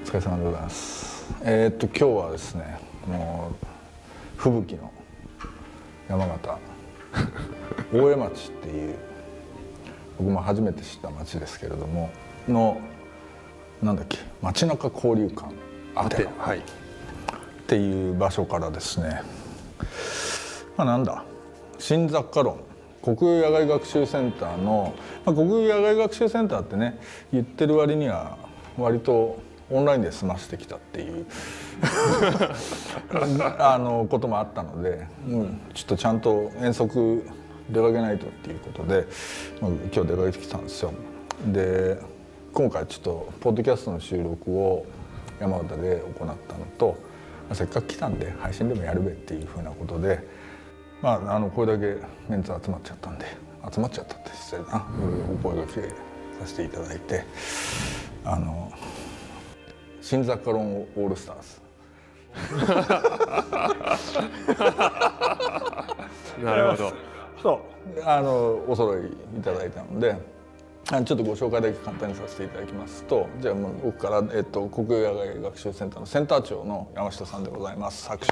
お疲れ様でございます。今日はですね、もう吹雪の山形大江町っていう僕も初めて知った町ですけれどものなんだっけ街中交流館アテナっていう場所からですね、なんだ新雑貨論国語野外学習センターの、国語野外学習センターってね言ってる割には割とオンラインで済ませてきたっていうこともあったので、ちょっとちゃんと遠足出かけないとっていうことで、今日出かけてきたんですよ。で今回ちょっとポッドキャストの収録を山形で行ったのと、せっかく来たんで配信でもやるべっていうふうなことで、これだけメンツ集まっちゃったんで集まっちゃったって失礼なお声掛けさせていただいて新雑貨論オールスターズなるほど。 そうお揃いいただいたのでちょっとご紹介だけ簡単にさせていただきますと、じゃあもう僕から、国語野外学習センターのセンター長の山下さんでございます。拍手。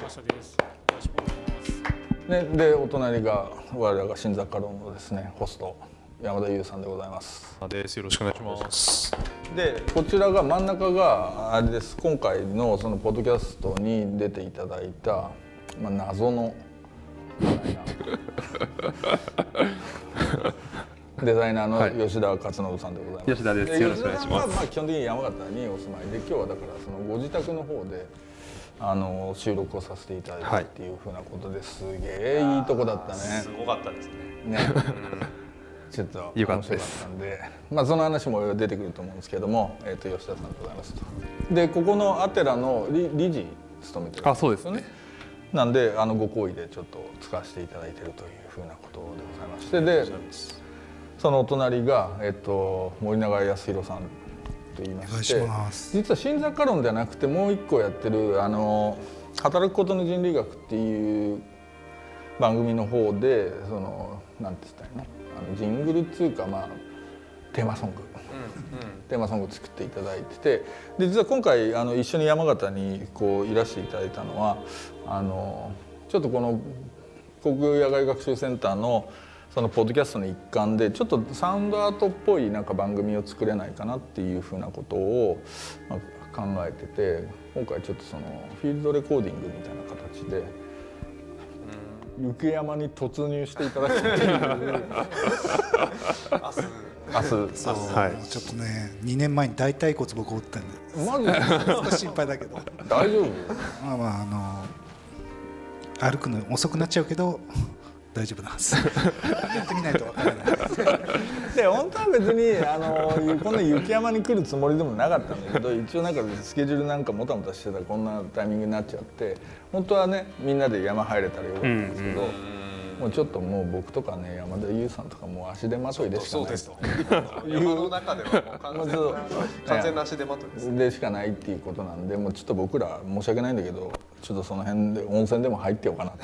でお隣が我らが新雑貨論のですねホスト山田優さんでございます。 よろしくお願いします。 でこちらが真ん中があれです。今回のそのポッドキャストに出ていただいた、謎のデザイナーの吉田勝信さんでございます。 吉田です。よろしくお願いします。 基本的に山形にお住まいで、今日はだからそのご自宅の方で収録をさせていただいたっていうふうなことで、すげえいいとこだったね。 すごかったですね。 ちょっと面白かったんで、その話も出てくると思うんですけども、吉田さんでございますと。でここのアテラの理事務めてるんですよね。 あ、そうですね。 なんでご好意でちょっと使わせていただいているというふうなことでございまして、でそのお隣が、森永康弘さんと言いまして、実は新雑貨論ではなくてもう一個やってる働くことの人類学っていう番組の方でなんて言ったらいいのジングルっていうかテーマソング、テーマソングを作っていただいてて、で実は今回一緒に山形にいらしていただいたのはちょっとこの国語野外学習センターのそのポッドキャストの一環でちょっとサウンドアートっぽいなんか番組を作れないかなっていうふうなことを考えてて、今回ちょっとそのフィールドレコーディングみたいな形で雪山に突入していただくっていう明日そう、ちょっとね2年前に大腿骨僕折ったんでマジで少し心配だけど大丈夫？ 歩くの遅くなっちゃうけど大丈夫なんです。やってみないとわからない。 で本当は別にこんな雪山に来るつもりでもなかったんだけど、一応なんかスケジュールなんかもたもたしてたらこんなタイミングになっちゃって、本当はねみんなで山入れたらよかったんですけど、もうちょっともう僕とかね山田優さんとかもう足手まといでしかないと。 山の中ではもう完全な足手まといです。 でしかないっていうことなんで、もうちょっと僕ら申し訳ないんだけど、ちょっとその辺で温泉でも入ってようかな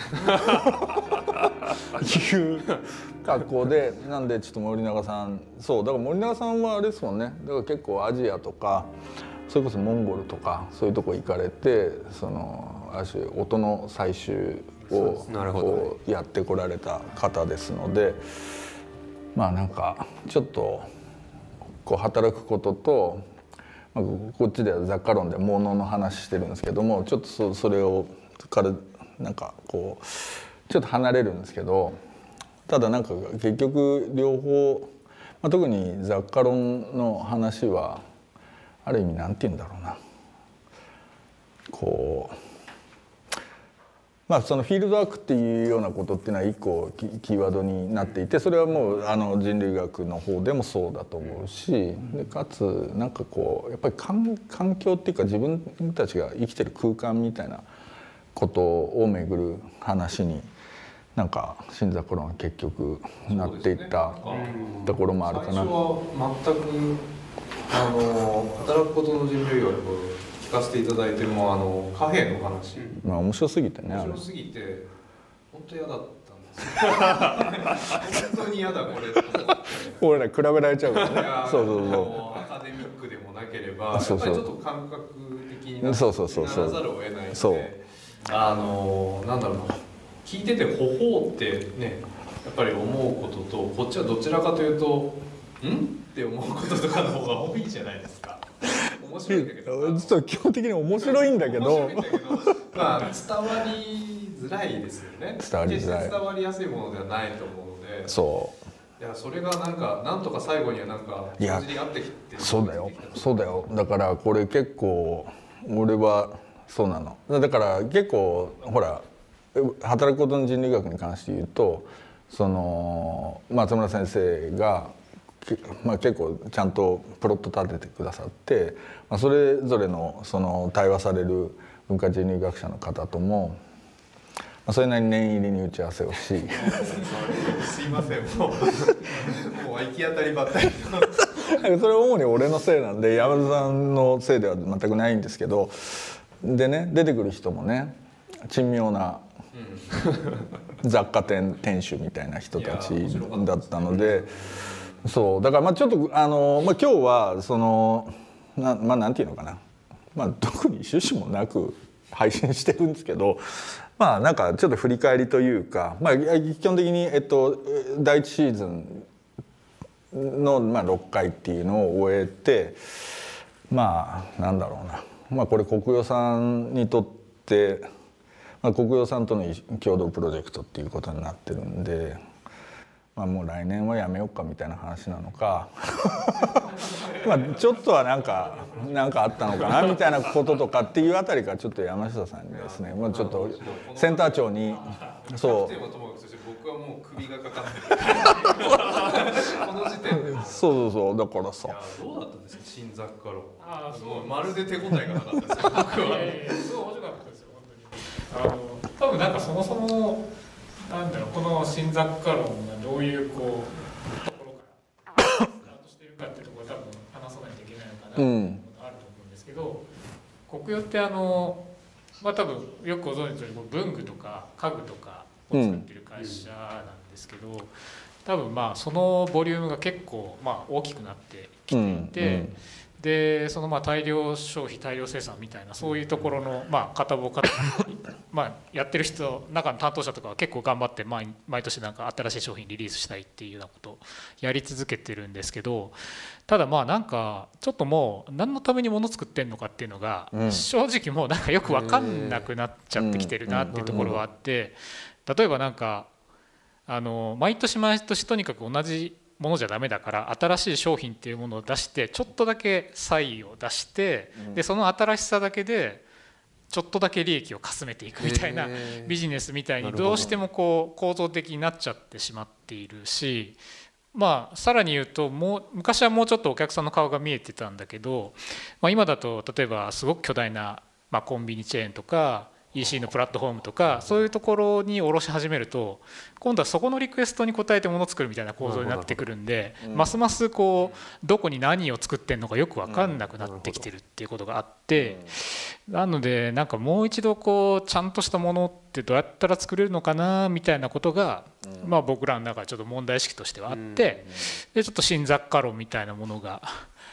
という格好で、なんでちょっと森永さん、そうだから森永さんはあれですもんね。だから結構アジアとかそれこそモンゴルとかそういうとこ行かれて、ある種音の採集をやってこられた方ですので、なんかちょっと働くことと、こっちでは雑貨論で物の話してるんですけども、ちょっとそれをからなんかちょっと離れるんですけど、ただなんか結局両方、特に雑貨論の話はある意味なんて言うんだろうな、そのフィールドワークっていうようなことっていうのは一個キーワードになっていて、それはもう人類学の方でもそうだと思うし、でかつなんかやっぱり環境っていうか自分たちが生きてる空間みたいなことをめぐる話になんか新雑貨論は結局なっていったところもあるかな。 最初は全く働くことの人類学を聞かせていただいてもカフェの話、 面白すぎてね、 面白すぎて本当嫌だったんですよ。本当に嫌だこれと思って。 俺ら比べられちゃうからね。そうアカデミックでもなければやっぱりちょっと感覚的にならざるを得ないので、なんだろうな、聞いててほほってねやっぱり思うことと、こっちはどちらかというとって思うこととかの方が多いじゃないですか。面白いんだけど、 基本的に面白いんだけど、 まあ伝わりづらいですよね。 伝わりづらい、 伝わりやすいものではないと思うので、 そういや、それがなんとか最後には帳尻合ってきて、 そうだよ。だからこれ結構俺はそうなの。だから結構ほら、働くことの人類学に関して言うと、その松村先生が結構ちゃんとプロット立ててくださって、それぞれのその対話される文化人類学者の方ともそれなりに念入りに打ち合わせをしすいません、もう行き当たりばったりそれは主に俺のせいなんで、山田さんのせいでは全くないんですけど、でね、出てくる人もね珍妙な雑貨店店主みたいな人たちだったので、そうだからちょっと今日はそのなんていうのかな、特に趣旨もなく配信してるんですけど、なんかちょっと振り返りというか、基本的に第1シーズンの6回っていうのを終えて、なんだろうな、これ国予さんにとって国予さんとの共同プロジェクトっていうことになってるんで、もう来年はやめようかみたいな話なのかちょっとはなんかあったのかなみたいなこととかっていうあたりから、ちょっと山下さんにですね、ちょっとセンター長に僕はもう首がかかってるこの時点でそうだからさ、 どうだったんですか新雑貨論。まるで手応えがなかったですよ僕は。 すごい面白かったですよ本当に。多分なんかそもそもなんだろう、この新雑貨論がどういうところからスタートしてるかっていうところを多分話さないといけないのかなということがあると思うんですけど、国予って多分よくご存知のように文具とか家具とかを作ってる会社なんですけど、多分そのボリュームが結構大きくなってきていて、でその大量消費大量生産みたいなそういうところの片棒やってる人中の担当者とかは結構頑張って毎年なんか新しい商品リリースしたいっていうようなことをやり続けてるんですけど、ただなんかちょっともう何のために物作ってんのかっていうのが正直もうなんかよく分かんなくなっちゃってきてるなっていうところがあって、例えばなんか毎年とにかく同じものじゃダメだから新しい商品っていうものを出してちょっとだけ差異を出して、でその新しさだけでちょっとだけ利益をかすめていくみたいなビジネスみたいにどうしても構造的になっちゃってしまっているし、さらに言うと昔はもうちょっとお客さんの顔が見えてたんだけど、今だと例えばすごく巨大なコンビニチェーンとかEC のプラットフォームとかそういうところに卸し始めると、今度はそこのリクエストに応えてものを作るみたいな構造になってくるんで、ますますどこに何を作ってんのかよく分かんなくなってきてるっていうことがあって、なのでなんかもう一度ちゃんとしたものってどうやったら作れるのかなみたいなことが、僕らの中でちょっと問題意識としてはあって、でちょっと新雑貨論みたいなものが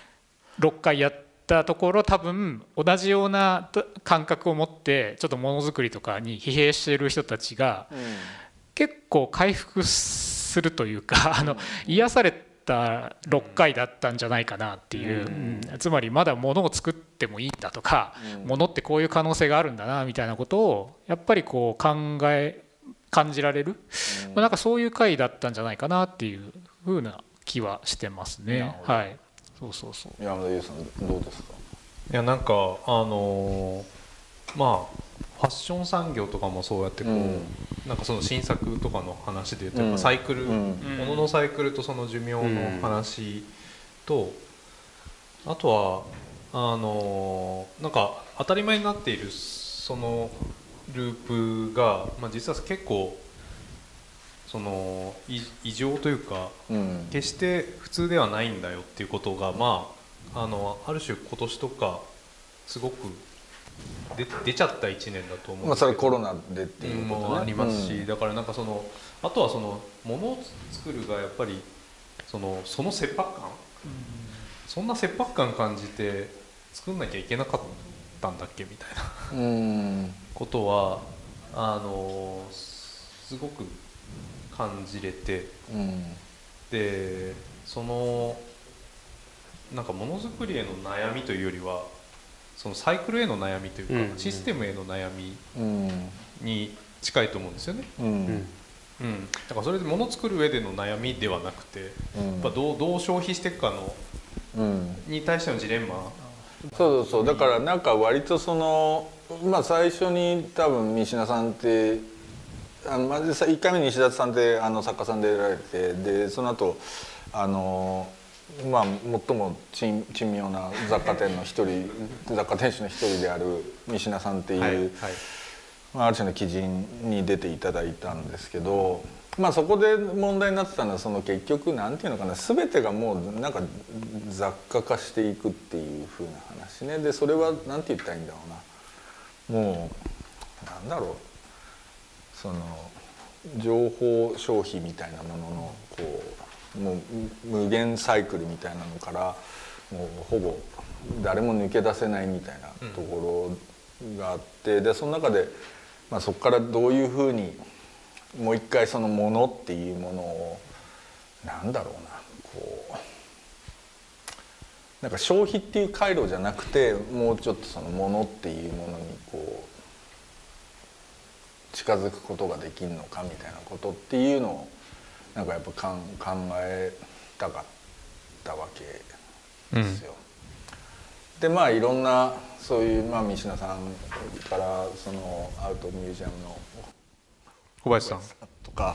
6回やってところ、多分同じような感覚を持ってちょっとものづくりとかに疲弊している人たちが結構回復するというか、癒された6回だったんじゃないかなっていう、つまりまだものを作ってもいいんだとか、ものってこういう可能性があるんだなみたいなことをやっぱり感じられる、なんかそういう回だったんじゃないかなっていうふうな気はしてますね。はい。そう山田優さんどうですか。 いやなんかファッション産業とかもそうやってなんかその新作とかの話で言うとやっぱサイクル、物のサイクルとその寿命の話と、あとはなんか当たり前になっているそのループが、実は結構その異常というか、決して普通ではないんだよっていうことが、ある種今年とかすごく出ちゃった1年だと思うんですけど、 それコロナでっていうこともありますし、だからなんかあとはそのものを作るがやっぱりその切迫感そんな切迫感感じて作んなきゃいけなかったんだっけみたいなことはすごく感じれて、でそのなんかものづくりへの悩みというよりはそのサイクルへの悩みというか、システムへの悩みに近いと思うんですよね。だからそれで物作る上での悩みではなくて、やっぱどう消費していくかの、に対してのジレンマ。 そうだからなんか割とその最初に多分三品さんってまず1回目に石田さんって作家さんで出られて、でその後最も珍妙な雑貨店主の一人である三品さんっていう、ある種の貴人に出ていただいたんですけど、そこで問題になってたのはその結局なんていうのかな、全てがもうなんか雑貨化していくっていう風な話ね。でそれはなんて言ったらいいんだろうな、もうなんだろう、その情報消費みたいなもののこうもう無限サイクルみたいなのからもうほぼ誰も抜け出せないみたいなところがあって、でその中で、そこからどういうふうにもう一回そのものっていうものをなんだろうな、こうなんか消費っていう回路じゃなくて、もうちょっとそのものっていうものにこう近づくことができるのかみたいなことっていうのをなんかやっぱ考えたかったわけですよ。でいろんなそういう三品さんからそのアウトミュージアムの小林さんとか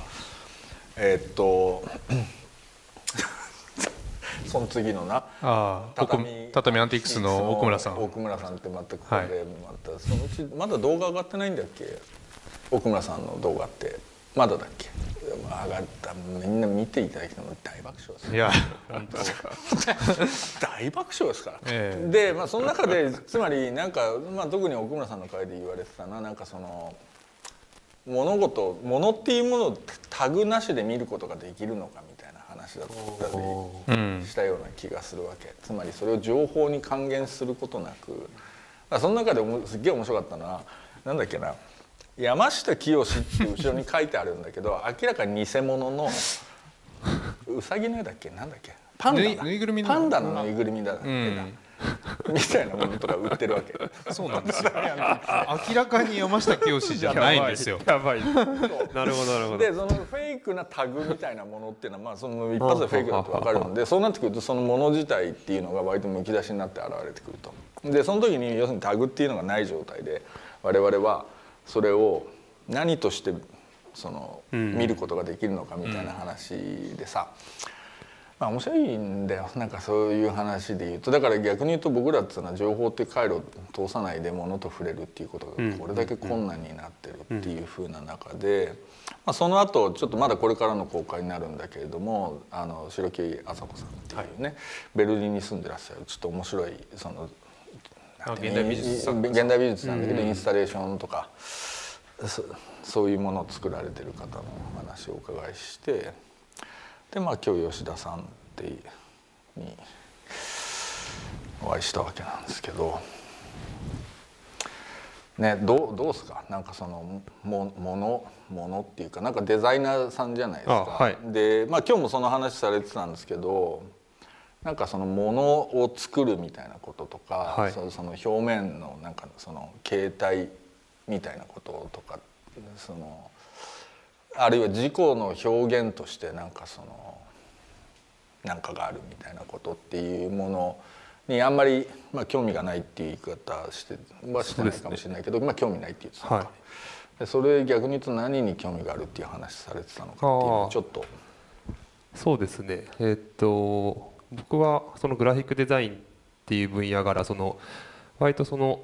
その次のな畳アンティークスの奥村さんってまたここでまたそのうちまだ動画上がってないんだっけ、奥村さんの動画ってまだだっけ。上がった、みんな見ていただきたいの大爆笑です。 いや本当大爆笑ですから、でその中でつまりなんか、特に奥村さんの回で言われてたのはなんかその物っていうものをタグなしで見ることができるのかみたいな話だったりしたような気がするわけ。つまりそれを情報に還元することなく、その中ですっげえ面白かったのはなんだっけな、山下清って後ろに書いてあるんだけど明らかに偽物のウサギの絵だっけ、なんだっけ、パンダのぬいぐるみだ、みたいなものとか売ってるわけ。 そうなんですよ明らかに山下清じゃないんですよ。 やばいなるほどなるほど。 でそのフェイクなタグみたいなものっていうのはその一発でフェイクだと分かるので、そうなってくるとそのもの自体っていうのが割とむき出しになって現れてくると。でその時に要するにタグっていうのがない状態で我々はそれを何としてその見ることができるのかみたいな話でさ、面白いんだよなんかそういう話で言うと。だから逆に言うと僕らっていうのは情報っていう回路を通さないで物と触れるっていうことがこれだけ困難になってるっていう風な中で、その後ちょっとまだこれからの公開になるんだけれども白木麻子さんっていうね、ベルリンに住んでらっしゃるちょっと面白いその現代美術なんだけどインスタレーションとかそういうものを作られてる方のお話をお伺いして、で今日吉田さんにお会いしたわけなんですけどね、どうですか、なんかそのものっていうかなんかデザイナーさんじゃないですか。で今日もその話されてたんですけど、なんかそのものを作るみたいなこととか、その表面のなんかその形態みたいなこととか、そのあるいは自己の表現としてなんかそのなんかがあるみたいなことっていうものにあんまり興味がないっていう言い方してないかもしれないけど、興味ないって言ってたのか、でそれ逆に言うと何に興味があるっていう話されてたのかっていうのをちょっと。 そうですね、僕はそのグラフィックデザインっていう分野から割とその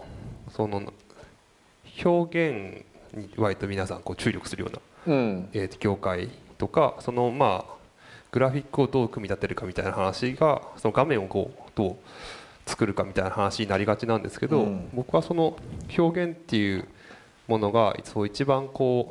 表現に割と皆さん注力するような、業界とかグラフィックをどう組み立てるかみたいな話がその画面をどう作るかみたいな話になりがちなんですけど、僕はその表現っていうものが一番表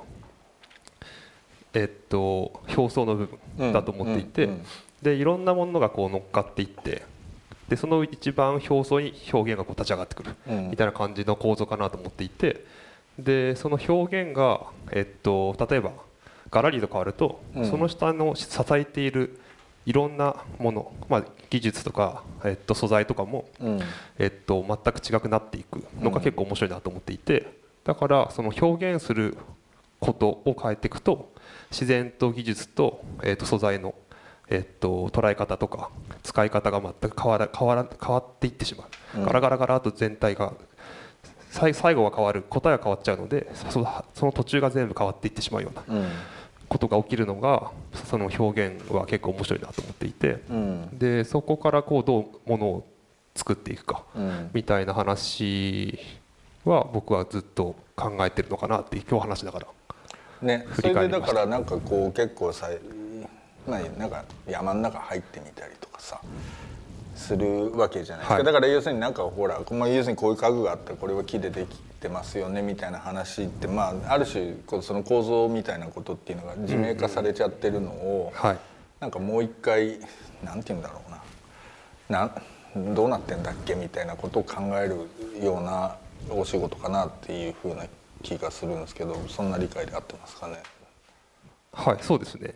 層の部分だと思っていて、でいろんなものが乗っかっていってでその一番表層に表現がこう立ち上がってくるみたいな感じの構造かなと思っていて、でその表現が、例えばガラリと変わると、その下の支えているいろんなもの、技術とか、素材とかも、全く違くなっていくのが結構面白いなと思っていて、だからその表現することを変えていくと自然と技術と、素材の、捉え方とか使い方が全く変わっていってしまう、ガラガラガラと全体が最後は変わる、答えが変わっちゃうので、その途中が全部変わっていってしまうようなことが起きるのが、その表現は結構面白いなと思っていて、でそこからこうどうものを作っていくかみたいな話は僕はずっと考えてるのかなって今日話しながらね、それでだからなんかこう結構なんか山の中入ってみたりとかさするわけじゃないですか、だから要するになんかほら、要するにこういう家具があってこれは木でできてますよねみたいな話って、ある種その構造みたいなことっていうのが自明化されちゃってるのを、なんかもう一回なんていうんだろうな、どうなってんだっけみたいなことを考えるようなお仕事かなっていうふうな気がするんですけど、そんな理解で合ってますかね。 はい、そうですね。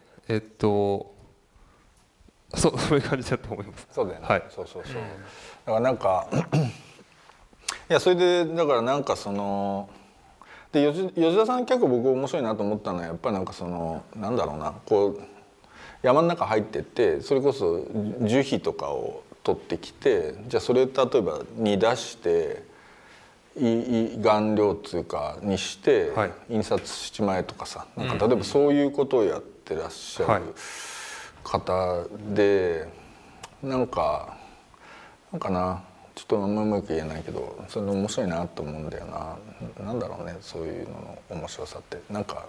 そういう感じだと思います。 そうだよね。はい、そう。だからなんかいや、それでだからなんかそので吉田さん結構僕面白いなと思ったのは、やっぱりなんかそのなんだろうな、こう山の中入ってってそれこそ樹皮とかを取ってきて、じゃあそれ例えば煮出して顔料っていうかにして印刷しちまえとかさ、なんか例えばそういうことをやってらっしゃる方で、なんかな、ちょっとうまく言えないけど、それ面白いなと思うんだよな。なんだろうね、そういうのの面白さって。なんか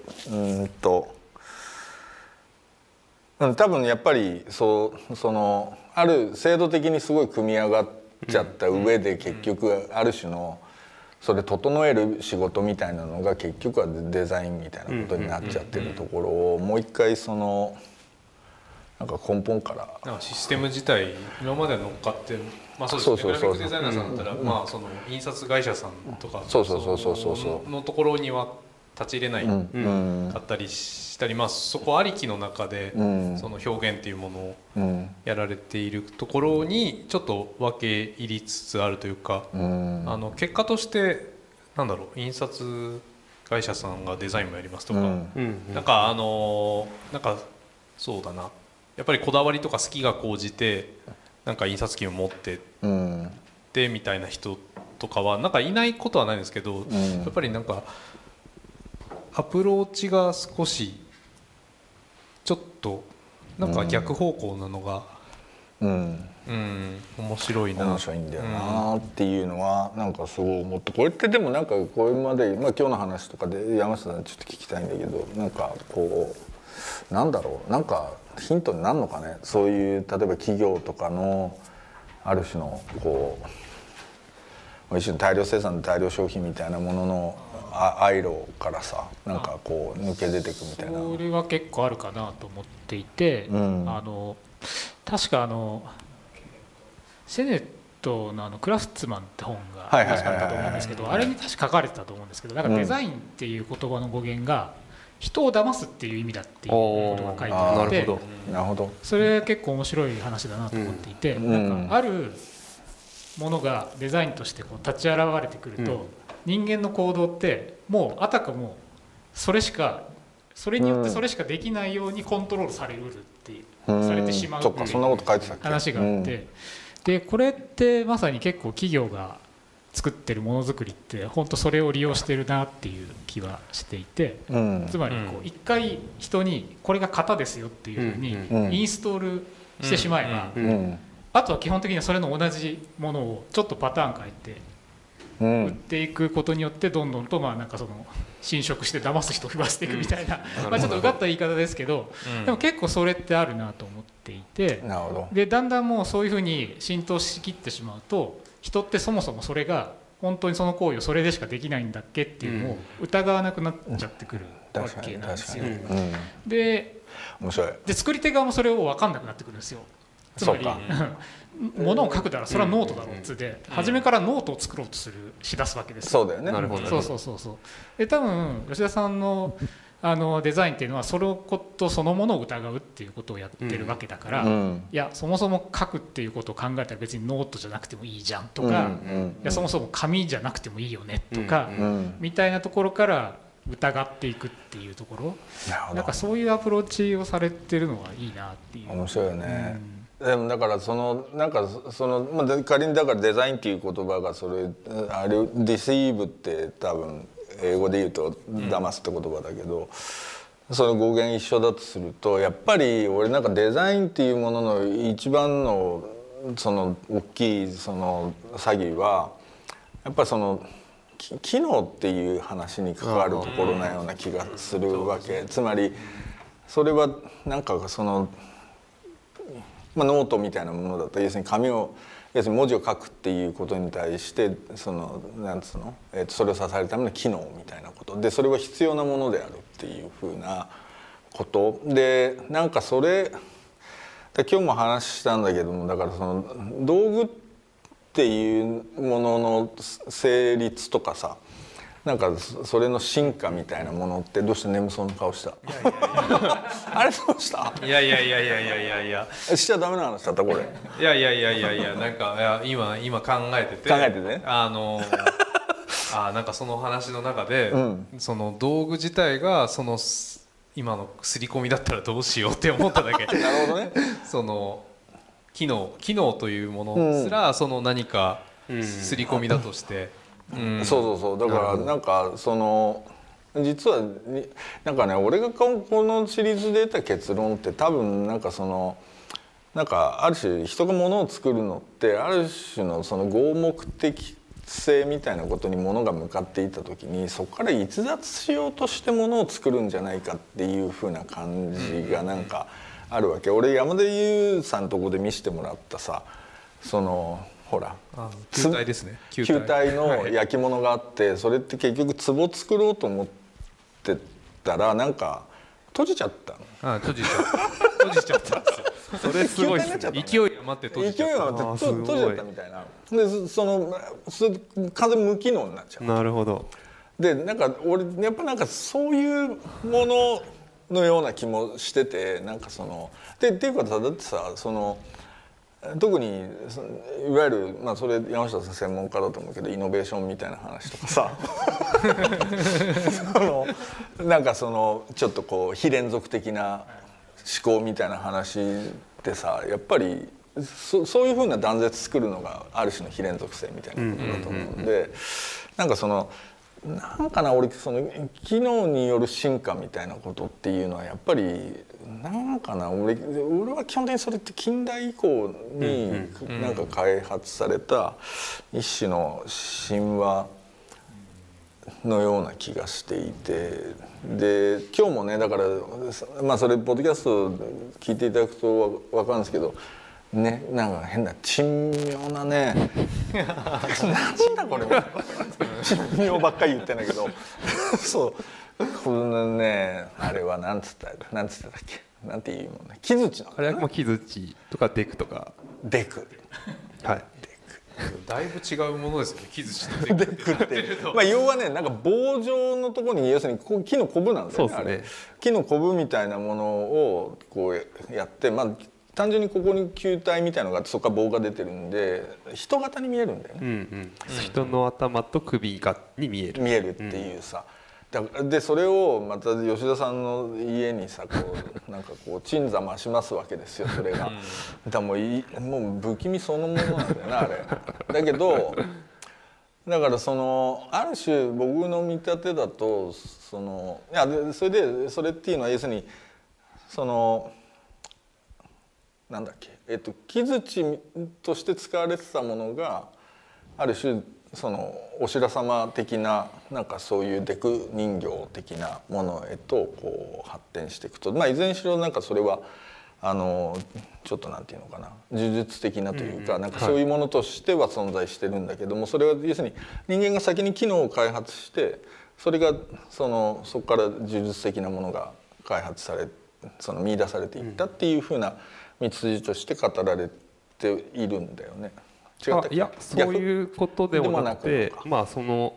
多分やっぱりそのある制度的にすごい組み上がっちゃった上で、結局ある種のそれ整える仕事みたいなのが結局はデザインみたいなことになっちゃってるところをもう一回そのなんか根本からシステム自体今まで乗っかって、そうですね、グラフィックデザイナーさんだったら、その印刷会社さんとかのところには立ち入れないかったりしたり、そこありきの中でその表現っていうものをやられているところにちょっと分け入りつつあるというか、結果としてなんだろう、印刷会社さんがデザインもやりますとか、なんかそうだな、やっぱりこだわりとか好きが高じてなんか印刷機を持ってってみたいな人とかはなんかいないことはないんですけど、やっぱりなんかアプローチが少しちょっとなんか逆方向なのが面白いな、 面白いんだよなっていうのはなんかすごい思って、これってでもなんかこれまで、今日の話とかで山下さんちょっと聞きたいんだけど、なんかこうなんだろう、なんかヒントになるのかね、そういう例えば企業とかのある種のこう一種の大量生産の大量消費みたいなもののアイロからさ、なんかこう抜け出てくみたいな。 それは結構あるかなと思っていて、確かセネットのクラフツマンって本が確かあったと思うんですけど、あれに確か書かれてたと思うんですけど、なんかデザインっていう言葉の語源が人を騙すっていう意味だっていうことが書いてあって、 なるほど、 それ結構面白い話だなと思っていて、なんかあるものがデザインとしてこう立ち現れてくると、人間の行動ってもうあたかもそれによってそれしかできないようにコントロールされるってされてしまうっていう話があって、でこれってまさに結構企業が作ってるものづくりって本当それを利用してるなっていう気はしていて、つまりこう一回人にこれが型ですよっていうふうにインストールしてしまえば、あとは基本的にはそれの同じものをちょっとパターン変えて売っていくことによってどんどんとなんかその侵食して騙す人を増やしていくみたいな、ちょっとうがった言い方ですけど、でも結構それってあるなと思っていて、でだんだんもうそういうふうに浸透しきってしまうと、人ってそもそもそれが本当にその行為をそれでしかできないんだっけっていうのを疑わなくなっちゃってくるわけなんですよ。で作り手側もそれを分かんなくなってくるんですよ。 つまりものを書くならそれはノートだろうっつって初めからノートを作ろうとしだすわけですよ。 そうだよね。 なるほど。 そうで多分吉田さんのデザインっていうのはそのことそのものを疑うっていうことをやってるわけだから、いやそもそも書くっていうことを考えたら別にノートじゃなくてもいいじゃんとか、いやそもそも紙じゃなくてもいいよねとか、みたいなところから疑っていくっていうところ、なんかそういうアプローチをされてるのはいいなっていう。 面白いよね。でもだから仮にだからデザインっていう言葉がそれあれディシーブって多分英語で言うと騙すって言葉だけど、その語源一緒だとするとやっぱり俺なんかデザインっていうものの一番のその大きいその詐欺はやっぱりその機能っていう話に関わるところなような気がするわけ。つまりそれはなんかそのノートみたいなものだと要するに紙を要するに文字を書くっていうことに対してそのなんつうの、それを支えるための機能みたいなことでそれは必要なものであるっていうふうなことでなんかそれ今日も話したんだけどもだからその道具っていうものの成立とかさなんかそれの進化みたいなものってどうして眠そうな顔した？あれどうした？ いやしちゃダメな話だったこれ。 いやなんか今考えててね。 なんかその話の中で、その道具自体がその今の刷り込みだったらどうしようって思っただけ。 なるほどね。 その機能というものすらその何か刷り込みだとして。 そうだからなんかその実はなんかね俺がこのシリーズで得た結論って多分なんかそのなんかある種人がものを作るのってある種のその合目的性みたいなことにものが向かっていった時にそこから逸脱しようとしてものを作るんじゃないかっていう風な感じがなんかあるわけ。俺山田優さんとこで見せてもらったさそのほら球体ですね。 球体の焼き物があってそれって結局壺作ろうと思ってたらなんか閉じちゃったの。 閉じちゃったんですよ。それすごいですね。勢い余って閉じちゃったみたいな。でその完全無機能になっちゃう。 なるほど。 でなんか俺やっぱなんかそういうもののような気もしててなんかそのっていうかだってさその特にいわゆるそれ山下さん専門家だと思うけどイノベーションみたいな話とかさなんかそのちょっとこう非連続的な思考みたいな話ってさやっぱりそういうふうな断絶作るのがある種の非連続性みたいなことだと思うんでなんかそのなんかな俺その機能による進化みたいなことっていうのはやっぱりなんかな俺は基本的にそれって近代以降になんか開発された一種の神話のような気がしていてで今日もねだからそれポッドキャスト聞いていただくと分かるんですけどねなんか変な珍妙なねなんだこれ珍妙ばっかり言ってんだけどそうこのねあれはなんつってたっけなんていうもんね木槌のあれは木槌とかデクとかデクはいだいぶ違うものですね木槌とデクって要はねなんか棒状のところに要するに木のコブなんですよね。あれ木のコブみたいなものをこうやって単純にここに球体みたいのがあってそこから棒が出てるんで人型に見えるんだよね。 人の頭と首に見えるっていうさ。でそれをまた吉田さんの家にさこうなんかこう鎮座増しますわけですよそれが。だからもう不気味そのものなんだよなあれ。だけどだからそのある種僕の見立てだとそのいやそれっていうのは要するにそのなんだっけ木槌として使われてたものがある種そのお白様的ななんかそういうデク人形的なものへとこう発展していくといずれにしろなんかそれはちょっとなんていうのかな呪術的なというかなんかそういうものとしては存在してるんだけどもそれは要するに人間が先に機能を開発してそれがそこから呪術的なものが開発され見出されていったっていうふうな道筋として語られているんだよね。違ったっけ？ いやそういうことでもなくて、まあその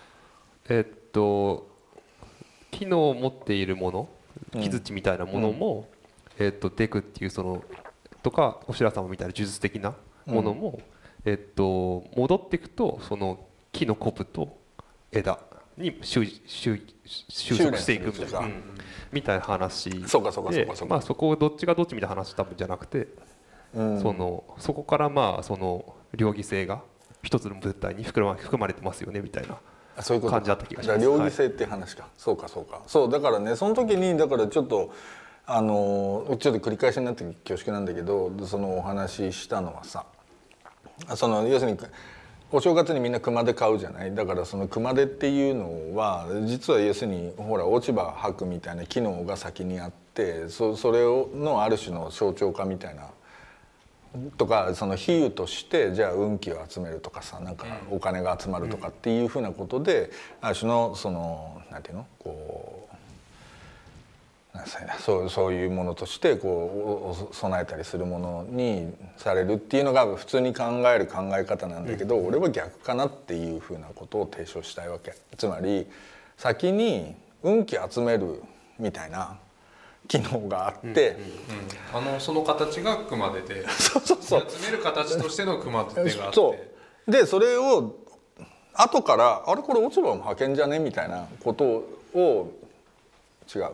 機能を持っているもの、木槌みたいなものも、デクっていうそのとかお白様みたいな呪術的なものも、戻っていくとその木のコブと枝に収束していくみたいな話で、まあそこをどっちがどっちみたいな話多分じゃなくて、そこからまあその両義性が一つの物体に含まれてますよねみたいな感じだった気がします。 両義性っていう話か、そうかそうだからね、その時にだからちょっと繰り返しになって恐縮なんだけど、そのお話ししたのはさ、その要するにお正月にみんな熊手買うじゃない。だからその熊手っていうのは実は要するにほら落ち葉吐くみたいな機能が先にあって、それのある種の象徴化みたいなとか、その比喩としてじゃあ運気を集めるとかさ、なんかお金が集まるとかっていうふうなことで、ある種のそのなんていうのこうそういうものとしてこう備えたりするものにされるっていうのが普通に考える考え方なんだけど、俺は逆かなっていうふうなことを提唱したいわけ。つまり先に運気集めるみたいな機能があって、 その形が熊手で集める形としての熊手があって、 でそれを後からあれこれ落ち葉も派遣じゃねみたいなことを違う。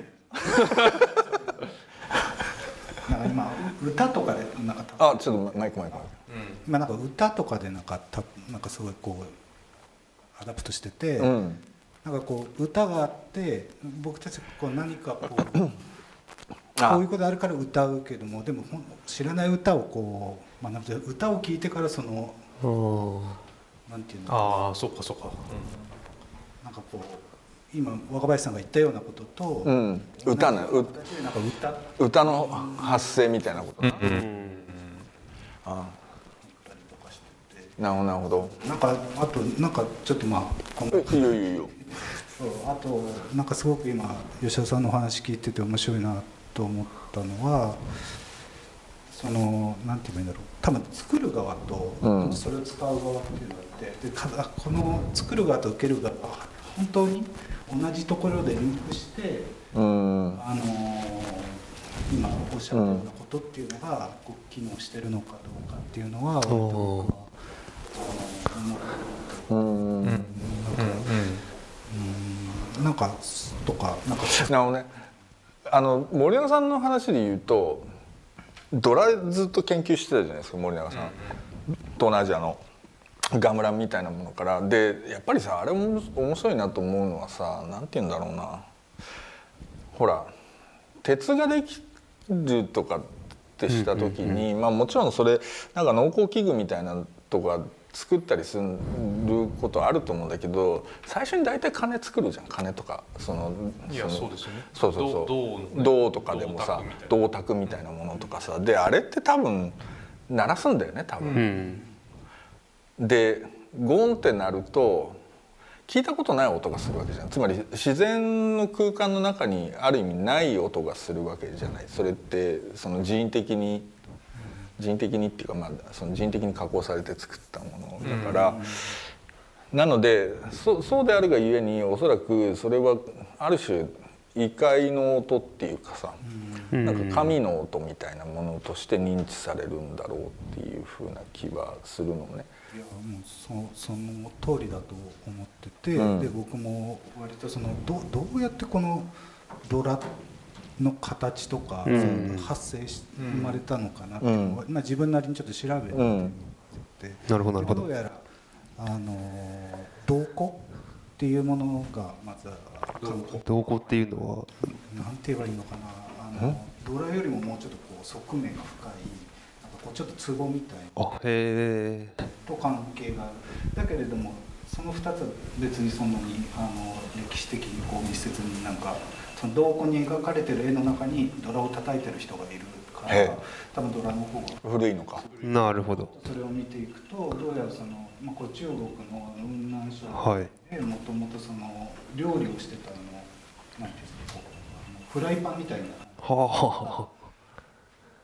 なんか今歌とかでなんかちょっとマイク、 今なんか歌とかでなんかすごいこうアダプトしてて、なんかこう歌があって僕たちこう何かこういうことあるから歌うけども、でも知らない歌をこう学んで、歌を聴いてからそのなんていうの、 そうか、 なんかこう今若林さんが言ったようなことと、 歌の発声みたいなことな。なるほど。 なんかあとなんかちょっとまあいいよ。 あとなんかすごく今吉田さんのお話聞いてて面白いなと思ったのは、そのなんて言えばいいんだろう、多分作る側とそれを使う側っていうのがあって、でただこの作る側と受ける側が本当に同じところでリンクして、今おっしゃったようなことっていうのがこう機能してるのかどうかっていうのは僕はなんかとかなんかなるほどね。森永さんの話で言うとドラずっと研究してたじゃないですか、森永さん。東南アジアのガムランみたいなものからで、やっぱりさあれも面白いなと思うのはさ、なんて言うんだろうな、ほら鉄ができるとかってした時に、まあもちろんそれなんか農工器具みたいなとか作ったりすることあると思うんだけど、最初に大体金作るじゃん、金とかいやそうですよね。 銅とかでもさ、銅鐸みたいなものとかさ、であれって多分鳴らすんだよね多分。でゴンって鳴ると聞いたことない音がするわけじゃん。つまり自然の空間の中にある意味ない音がするわけじゃない。それってその人為的にっていうか、まあその人的に加工されて作ったものだから、なのでそうであるがゆえにおそらくそれはある種異界の音っていうかさ、なんか神の音みたいなものとして認知されるんだろうっていうふうな気はするのね。 いやもうその通りだと思ってて、で僕も割とそのどうやってこのドラの形とか発生生まれたのかなっていうのを、まあ、自分なりにちょっと調べてみて、 なるほどなるほど。 どうやら銅鼓っていうものがまず銅鼓っていうのはなんて言えばいいのかな、ドラよりももうちょっとこう側面が深い、なんかこうちょっと壺みたいなと関係がある。だけれどもその2つは別にそんなに歴史的にこう密接になんかその銅鼓に描かれてる絵の中にドラを叩いてる人がいるから、多分ドラの方が古いのか。 なるほど。 それを見ていくとどうやらその、まあ、これ中国の雲南省でもともとその料理をしてたのなんていうんですか、フライパンみたいな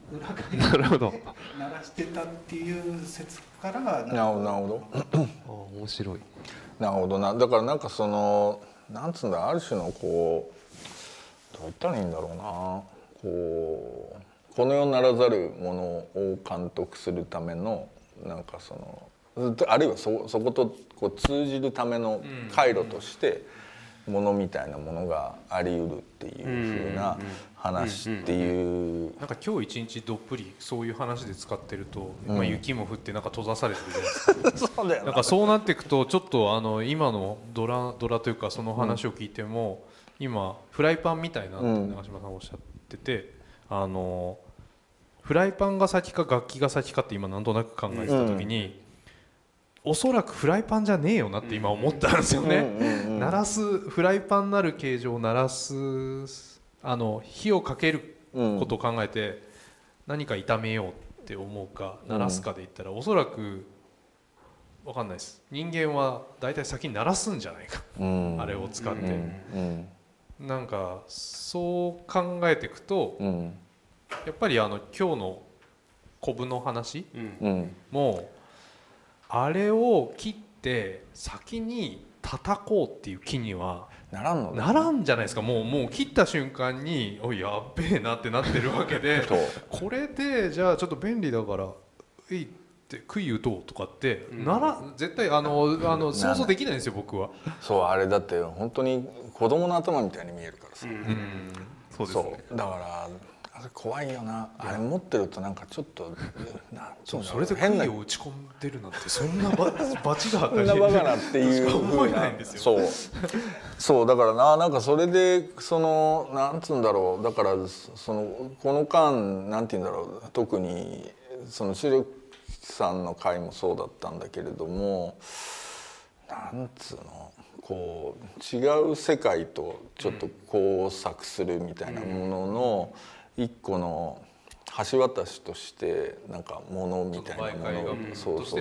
裏返なるほど。 って鳴らしてたっていう説からなるほど面白い。 なるほどな。だからなんかそのなんつうんだ、ある種のこうどう言ったらいいんだろうな、この世ならざるものを監督するためのなんかそのあるいはそことこう通じるための回路としてものみたいなものがあり得るっていう風な話っていう、 なんか今日一日どっぷりそういう話で使ってると、まあ、雪も降ってなんか閉ざされてるじゃないですか。 そうだよな。 なんかそうなっていくとちょっと今のドラというかその話を聞いても、今フライパンみたいなって長嶋さんおっしゃってて、フライパンが先か楽器が先かって今なんとなく考えてた時に、おそらくフライパンじゃねえよなって今思ったんですよね。鳴らすフライパンなる形状を鳴らす火をかけることを考えて何か炒めようって思うか鳴らすかで言ったら、おそらく分かんないです。人間はだいたい先に鳴らすんじゃないか、あれを使って、なんかそう考えていくと、やっぱり今日のコブの話も、あれを切って先に叩こうっていう気にはならんじゃないですか。もう切った瞬間においやっべえなってなってるわけでこれでじゃあちょっと便利だからいいって杭打とうとかって絶対想像できないんですよ僕は。 そう、あれだって本当に子供の頭みたいに見えるからさ。 そうですね。 だからあれ怖いよな。あれ持ってるとなんかちょっとそれで杭を打ち込んでるなんてそんなバチがあったりそんなバカなっていう思えないんですよ。 そうだからなんかそれでそのなんつうんだろう、だからそのこの間なんて言うんだろう、特にその主力さんの回もそうだったんだけれども、なんつうのこう違う世界とちょっと交錯するみたいなものの一個の橋渡しとしてなんかものみたいなもの、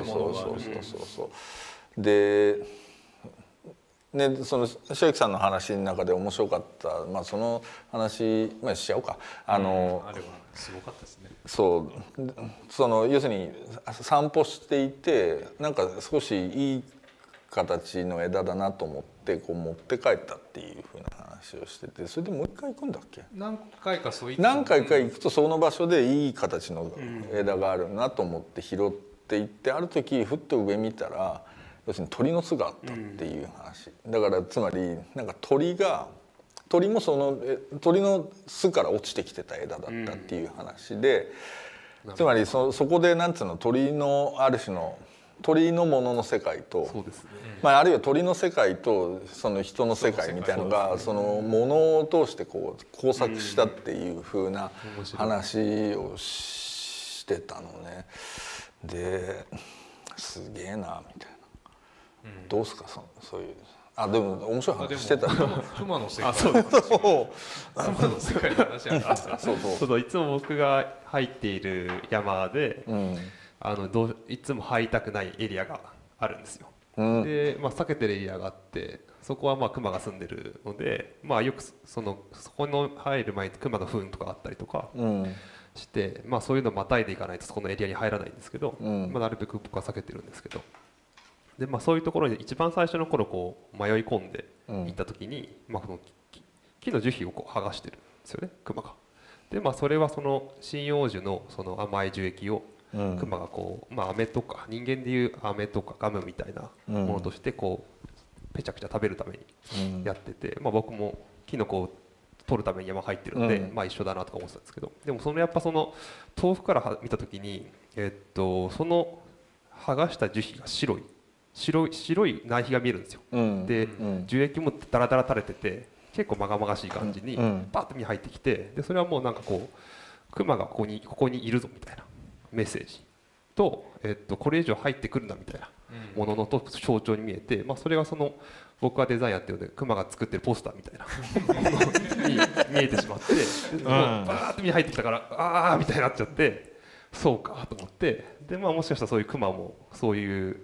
そうでね、その塩木さんの話の中で面白かった、まあその話、しちゃおうか。 あれはすごかったですね。 その要するに散歩していてなんか少しいい形の枝だなと思ってこう持って帰ったっていうふうな話をしてて、それでもう一回行くんだっけ。 何回か行くとその場所でいい形の枝があるなと思って拾っていって、ある時ふっと上見たら要するに鳥の巣があったっていう話だから、つまりなんか鳥もその鳥の巣から落ちてきてた枝だったっていう話で、つまりそこでなんつうの、鳥のある種の鳥のものの世界と、あるいは鳥の世界とその人の世界みたいなのがそのものを通してこう交錯したっていう風な話をしてたのね。ですげえなみたいな。どうすかそういう。でも面白い話してた。 熊の世界。 熊の世界の話やから。 そういつも僕が入っている山で、いつも入りたくないエリアがあるんですよ。で、避けてるエリアがあって、そこは熊が住んでるので、よくそこの入る前に熊の糞とかあったりとかして、そういうのをまたいでいかないとそこのエリアに入らないんですけど、なるべく僕は避けてるんですけど。でそういうところに一番最初の頃こう迷い込んでいった時に、この木の樹皮をこう剥がしてるんですよね、クマが。でそれはその針葉樹のその甘い樹液をクマがこう、飴とか人間でいう飴とかガムみたいなものとしてこうペチャクチャ食べるためにやってて、僕もキノコを取るために山入ってるんで、一緒だなとか思ってたんですけど、でもやっぱその遠くから見た時にその剥がした樹皮が白い内皮が見えるんですよ。で樹液もダラダラ垂れてて結構まがまがしい感じにパッと目に入ってきて、でそれはもうなんかこうクマがここにいるぞみたいなメッセージと、これ以上入ってくるなみたいなものの象徴に見えて、それがその僕がデザインやってるのでクマが作ってるポスターみたいなものに見えてしまって、バーッと目に入ってきたからみたいになっちゃって、そうかと思って、でもしかしたらそういうクマもそういう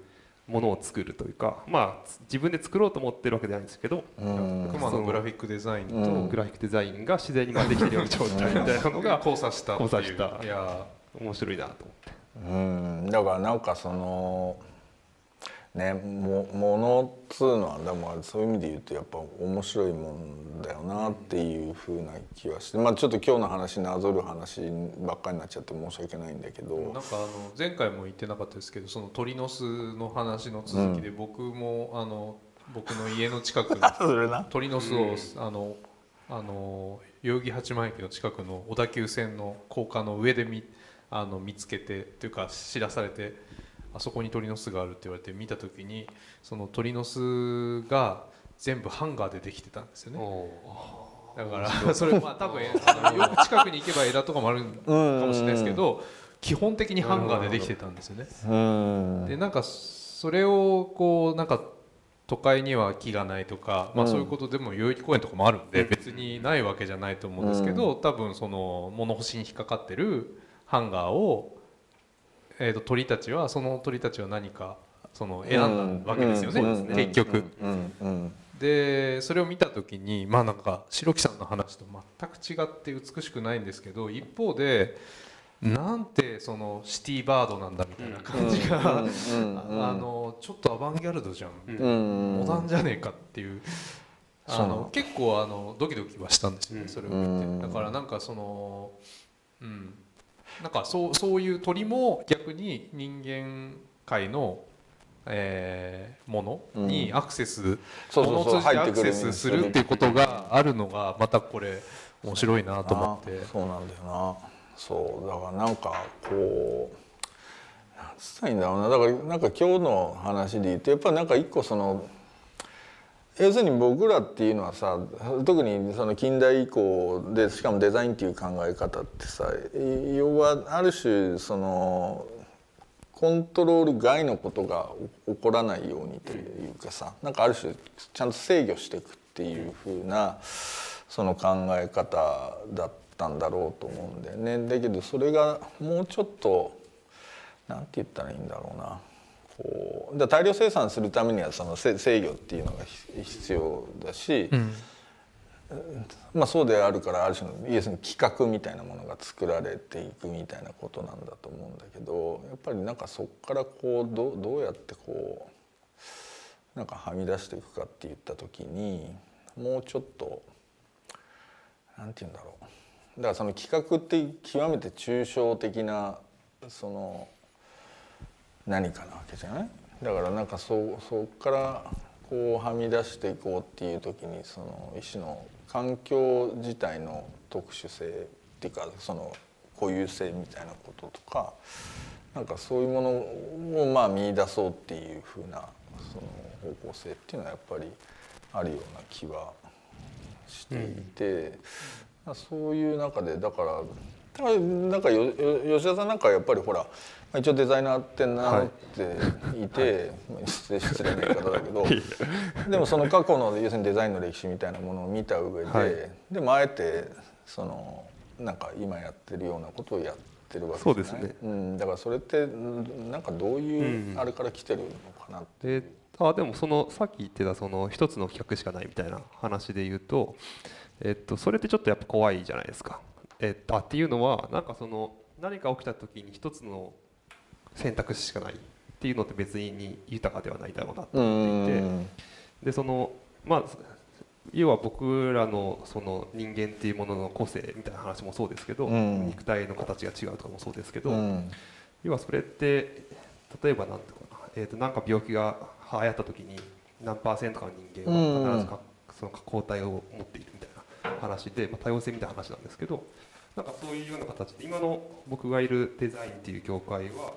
ものを作るというか、まあ自分で作ろうと思ってるわけではないんですけど、 熊のグラフィックデザインとグラフィックデザインが自然にできてるような状態みたいなのが交差したっていう。 交差した。 いや面白いなと思って。 だからなんかそのね、ものっつうのはでもそういう意味で言うとやっぱ面白いもんだよなっていうふうな気はして、まあちょっと今日の話になぞる話ばっかりになっちゃって申し訳ないんだけど、 なんか前回も言ってなかったですけど、その鳥の巣の話の続きで、僕も僕の家の近くの鳥の巣を代々木八幡駅の近くの小田急線の高架の上で見つけてというか知らされて、あそこに鳥の巣があるって言われて見た時に、その鳥の巣が全部ハンガーでできてたんですよね。だからそれまあ多分よく近くに行けば枝とかもあるかもしれないですけど、基本的にハンガーでできてたんですよね。でなんかそれをこうなんか都会には木がないとか、まあそういうことでも代々木公園とかもあるんで別にないわけじゃないと思うんですけど、多分その物干しに引っかかってるハンガーを鳥たちは何かその選んだわけですよね、結局。でそれを見た時にまあなんか白木さんの話と全く違って美しくないんですけど、一方でなんてそのシティバードなんだみたいな感じがちょっとアバンギャルドじゃん、モダンじゃねえかっていう、結構ドキドキはしたんですよね、それを見て。だからなんかそのなんかそういう鳥も逆に人間界のものにアクセス、ものを通じてアクセスするっていうことがあるのがまたこれ面白いなと思って。 そうなんだよな。そうだからなんかこうなんつったらいいんだろうな。だからなんか今日の話で言うとやっぱりなんか一個その要するに僕らっていうのはさ、特にその近代以降でしかもデザインっていう考え方ってさ、要はある種そのコントロール外のことが起こらないようにというかさ、なんかある種ちゃんと制御していくっていうふうなその考え方だったんだろうと思うんだよね。だけどそれがもうちょっとなんて言ったらいいんだろうな。だ大量生産するためにはその制御っていうのが必要だし、まあそうであるからある種の要するに企画みたいなものが作られていくみたいなことなんだと思うんだけど、やっぱりなんかそこからこうどうやってこうなんかはみ出していくかって言った時にもうちょっとなんて言うんだろう。だからその企画って極めて抽象的なその何かなわけじゃない。だからなんかそこからこうはみ出していこうっていう時にその一種の環境自体の特殊性っていうかその固有性みたいなこととかなんかそういうものをまあ見出そうっていうふうなその方向性っていうのはやっぱりあるような気はしていて、そういう中でだからなんか吉田さんなんかやっぱりほら一応デザイナーって名乗っていて、失礼な言い方だけどでもその過去の要するにデザインの歴史みたいなものを見た上で、でもあえてそのなんか今やってるようなことをやってるわけですね。だからそれってなんかどういうあれから来てるのかなって。 でもそのさっき言ってたその一つの企画しかないみたいな話で言うと、それってちょっとやっぱ怖いじゃないですか。っていうのはなんかその何か起きた時に一つの選択肢しかないっていうのって別に豊かではないだろうなと思っていて、でそのまあ要は僕らのその人間っていうものの個性みたいな話もそうですけど、肉体の形が違うとかもそうですけど、要はそれって例えばなんていうかな、なんか病気が流行った時に何%かの人間は必ずその抗体を持っているみたいな話で、多様性みたいな話なんですけど、なんかそういうような形で今の僕がいるデザインっていう業界は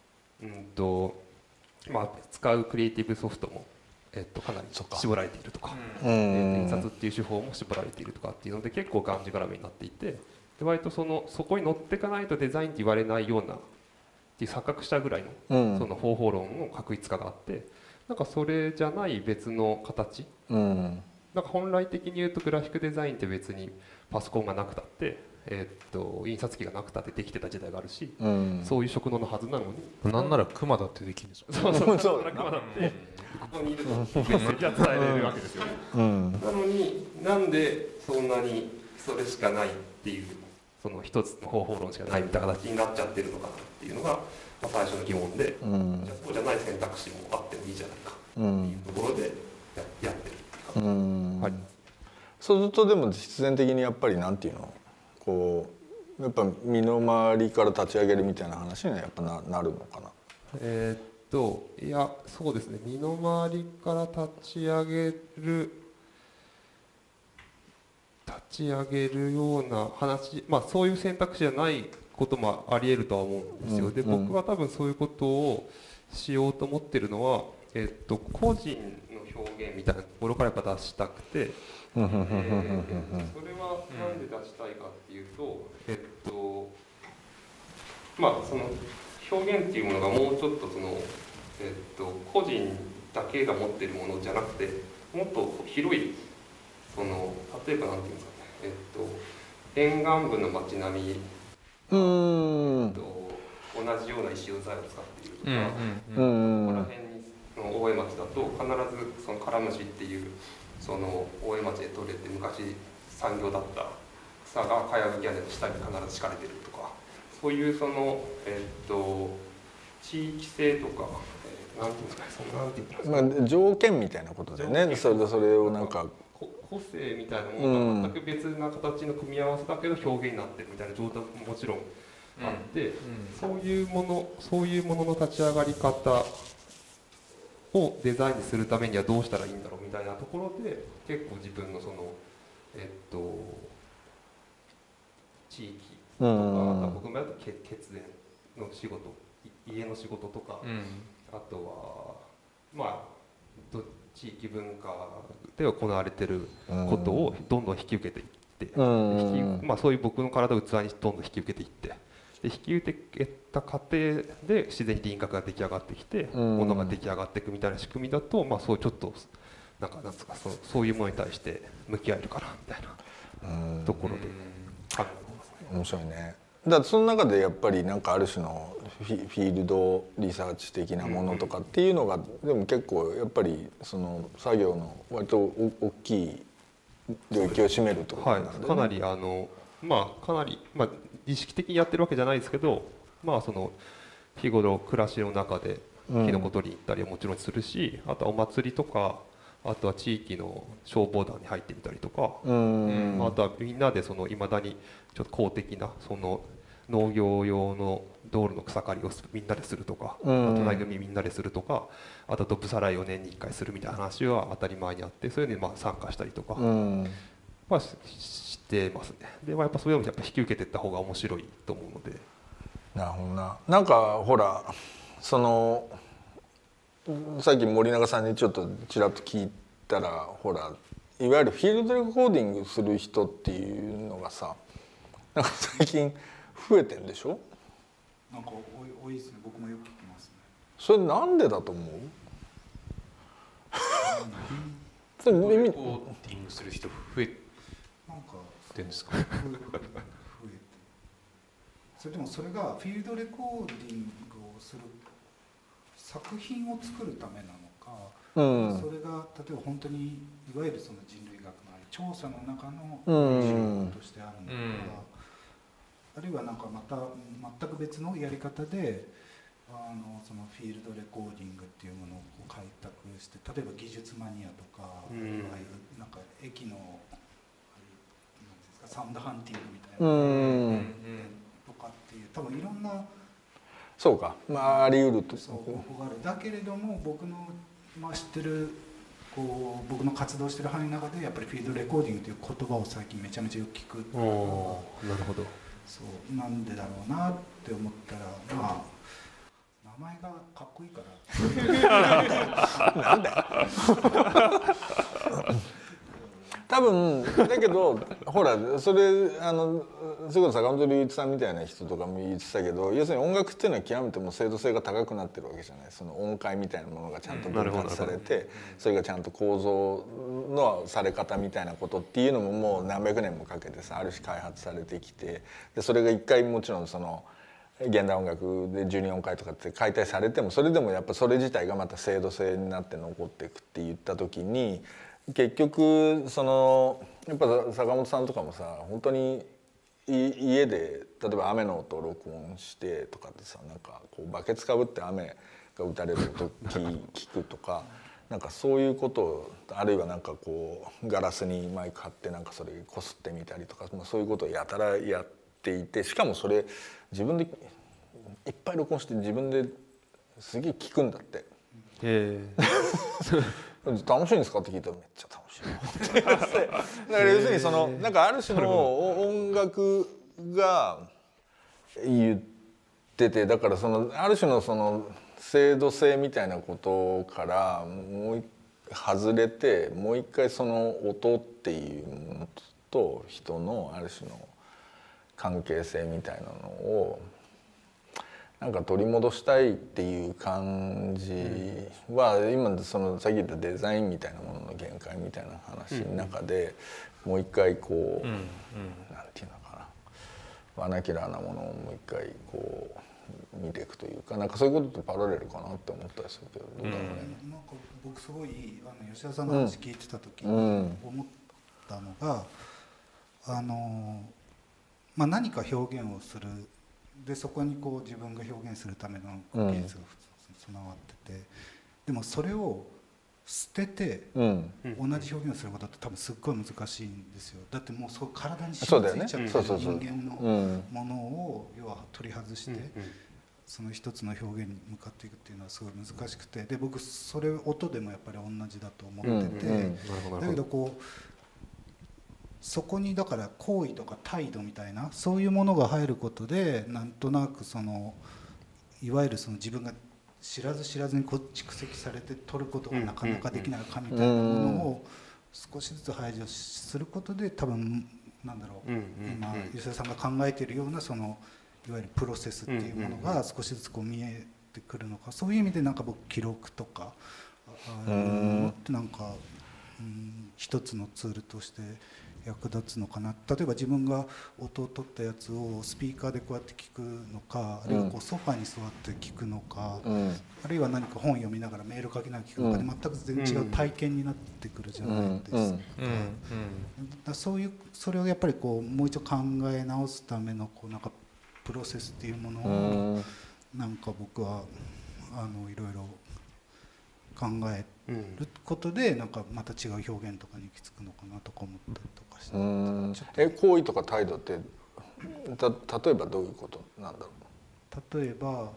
使うクリエイティブソフトも、かなり絞られているとか、印刷っていう手法も絞られているとかっていうので結構がんじがらめになっていて、で割とそこに乗っていかないとデザインって言われないようなっていう錯覚したぐらいのその方法論の確一化があって、なんかそれじゃない別の形、なんか本来的に言うとグラフィックデザインって別にパソコンがなくたって印刷機がなくたってできてた時代があるし、 うん、 そういう職能のはずなのに、 なんなら熊だってできるんですよ。 そう熊だってここにいるとメッセージは伝えられるわけですよ、うん、なのになんでそんなにそれしかないっていう、その一つの方法論しかないみたいな形になっちゃってるのかなっていうのが、まあ、最初の疑問で、うん、じゃあそうじゃない選択肢もあってもいいじゃないかっていうところでやってるっていうか、うんはい、 そうするとでも必然的にやっぱりなんていうのこうやっぱ身の回りから立ち上げるみたいな話にはやっぱなるのかな。 いやそうですね、身の回りから立ち上げるような話、まあそういう選択肢じゃないこともありえるとは思うんですよ。で、僕は多分そういうことをしようと思ってるのは、個人の表現みたいなところからやっぱ出したくて、それはなんで出したいかっていうと、まあその表現っていうものがもうちょっとその、個人だけが持っているものじゃなくて、もっと広いその例えばなんていうんですかね、沿岸部の街並み、同じような石材を使っているとか、ここら辺の大江町だと必ずそのカラムシっていうその大江町で採れて昔産業だった草がかやぶき屋根の下に必ず敷かれてるとか、そういうその地域性とか、なんていうんですかね、そのなんていうんですか、 まあ条件みたいなことだよね。それをなんか個性みたいなものが全く別な形の組み合わせだけど表現になってるみたいな状態ももちろんあって、そういうものの立ち上がり方をデザインするためにはどうしたらいいんだろうみたいなところで、結構自分のその地域とか、僕もやっぱ血縁の仕事、家の仕事とか、あとはまあ地域文化で行われてることをどんどん引き受けていって、まあ、そういう僕の体を器にどんどん引き受けていって、で引き受けた過程で自然に輪郭が出来上がってきて、ものが出来上がっていくみたいな仕組みだと、まあ、そうちょっとなんですか、そういうものに対して向き合えるかなみたいなところで考えてますね。 面白いね。だからその中でやっぱりなんかある種のフィールドリサーチ的なものとかっていうのが、でも結構やっぱりその作業の割と大きい領域を占めるところなんで、ね、 はい、かなりまあ意識的にやってるわけじゃないですけど、まあその日頃暮らしの中でキノコ取りに行ったりはもちろんするし、あとはお祭りとか、あとは地域の消防団に入ってみたりとか、あとはみんなでそのいまだにちょっと公的なその農業用の道路の草刈りをみんなでするとか、隣組みんなでするとか、あとドブさらいを年に1回するみたいな話は当たり前にあって、そういうのにまあ参加したりとか、まあしてますね。で、まあ、やっぱそういうのもやっぱ引き受けていった方が面白いと思うので。 なるほどな。なんかほらそのさっき森永さんにちょっとちらっと聞いたら、ほらいわゆるフィールドレコーディングする人っていうのがさ、なんか最近増えてんでしょ。 なんか多いですね。僕もよく聞きますね。 それなんでだと思う？ フィールドレコーディングする人増えてんですか？ それでもそれがフィールドレコーディングをする作品を作るためなのか、それが例えば本当にいわゆるその人類学の調査の中の手法としてあるのか、あるいはなんかまた全く別のやり方でそのフィールドレコーディングっていうものを開拓して、例えば技術マニアとか、ああいうなんか駅のサウンドハンティングみたいなとかっていう、多分いろんなそうか、まああり得るとそう方法がある。だけれども僕の、まあ、知ってるこう僕の活動してる範囲の中でやっぱりフィールドレコーディングという言葉を最近めちゃめちゃよく聞く。 なるほど。 そうなんでだろうなって思ったら、まあ名前がかっこいいからなんだよ多分だけどほらそれそれこそ坂本龍一さんみたいな人とかも言ってたけど、要するに音楽っていうのは極めても精度性が高くなってるわけじゃない。その音階みたいなものがちゃんと分割されて、それがちゃんと構造のされ方みたいなことっていうのももう何百年もかけてさ、ある種開発されてきて、でそれが一回もちろんその現代音楽で12音階とかって解体されても、それでもやっぱそれ自体がまた精度性になって残っていくって言った時に、結局そのやっぱ坂本さんとかもさ、本当に家で例えば雨の音を録音してとかでさ、なんかこうバケツかぶって雨が打たれる音聞くとか、なんかそういうことを、あるいはなんかこうガラスにマイク貼ってなんかそれこすってみたりとか、そういうことをやたらやっていて、しかもそれ自分でいっぱい録音して自分ですげえ聞くんだって。楽しいんですかって聞いたらめっちゃ楽しいって言って、だから要するにそのなんかある種の音楽が言ってて、だからそのある種のその制度性みたいなことからもう外れて、もう一回その音っていうものと人のある種の関係性みたいなのをなんか取り戻したいっていう感じは、今そのさっき言ったデザインみたいなものの限界みたいな話の中でもう一回こう、なんていうのかな、バーナキュラーなものをもう一回こう見ていくというか、なんかそういうこととパラレルかなって思ったりするけど、どうだろうね。 なんか僕すごい吉田さんの話聞いてた時に思ったのが、何か表現をする、でそこにこう自分が表現するための技術が備わってて、でもそれを捨てて同じ表現をすることって多分すっごい難しいんですよ。だってもうそう体に染みついちゃってる人間のものを要は取り外して、その一つの表現に向かっていくっていうのはすごい難しくて、で僕それ音でもやっぱり同じだと思ってて、だけどこうそこにだから行為とか態度みたいなそういうものが入ることで、なんとなくそのいわゆるその自分が知らず知らずにこう蓄積されて取ることがなかなかできないかみたいなものを少しずつ排除することで、多分なんだろう、今吉田さんが考えているようなそのいわゆるプロセスっていうものが少しずつこう見えてくるのか、そういう意味でなんか僕記録とかなんか一つのツールとして役立つのかな。例えば自分が音を取ったやつをスピーカーでこうやって聞くのか、あるいはこうソファに座って聞くのか、あるいは何か本読みながらメール書きながら聞くのかで全く全然違う体験になってくるじゃないですか。そういうそれをやっぱりこうもう一度考え直すためのこうなんかプロセスっていうものをなんか僕はいろいろ考えることでなんかまた違う表現とかに行き着くのかなとか思ったりとかして。 行為とか態度って例えばどういうことなんだろう。例えば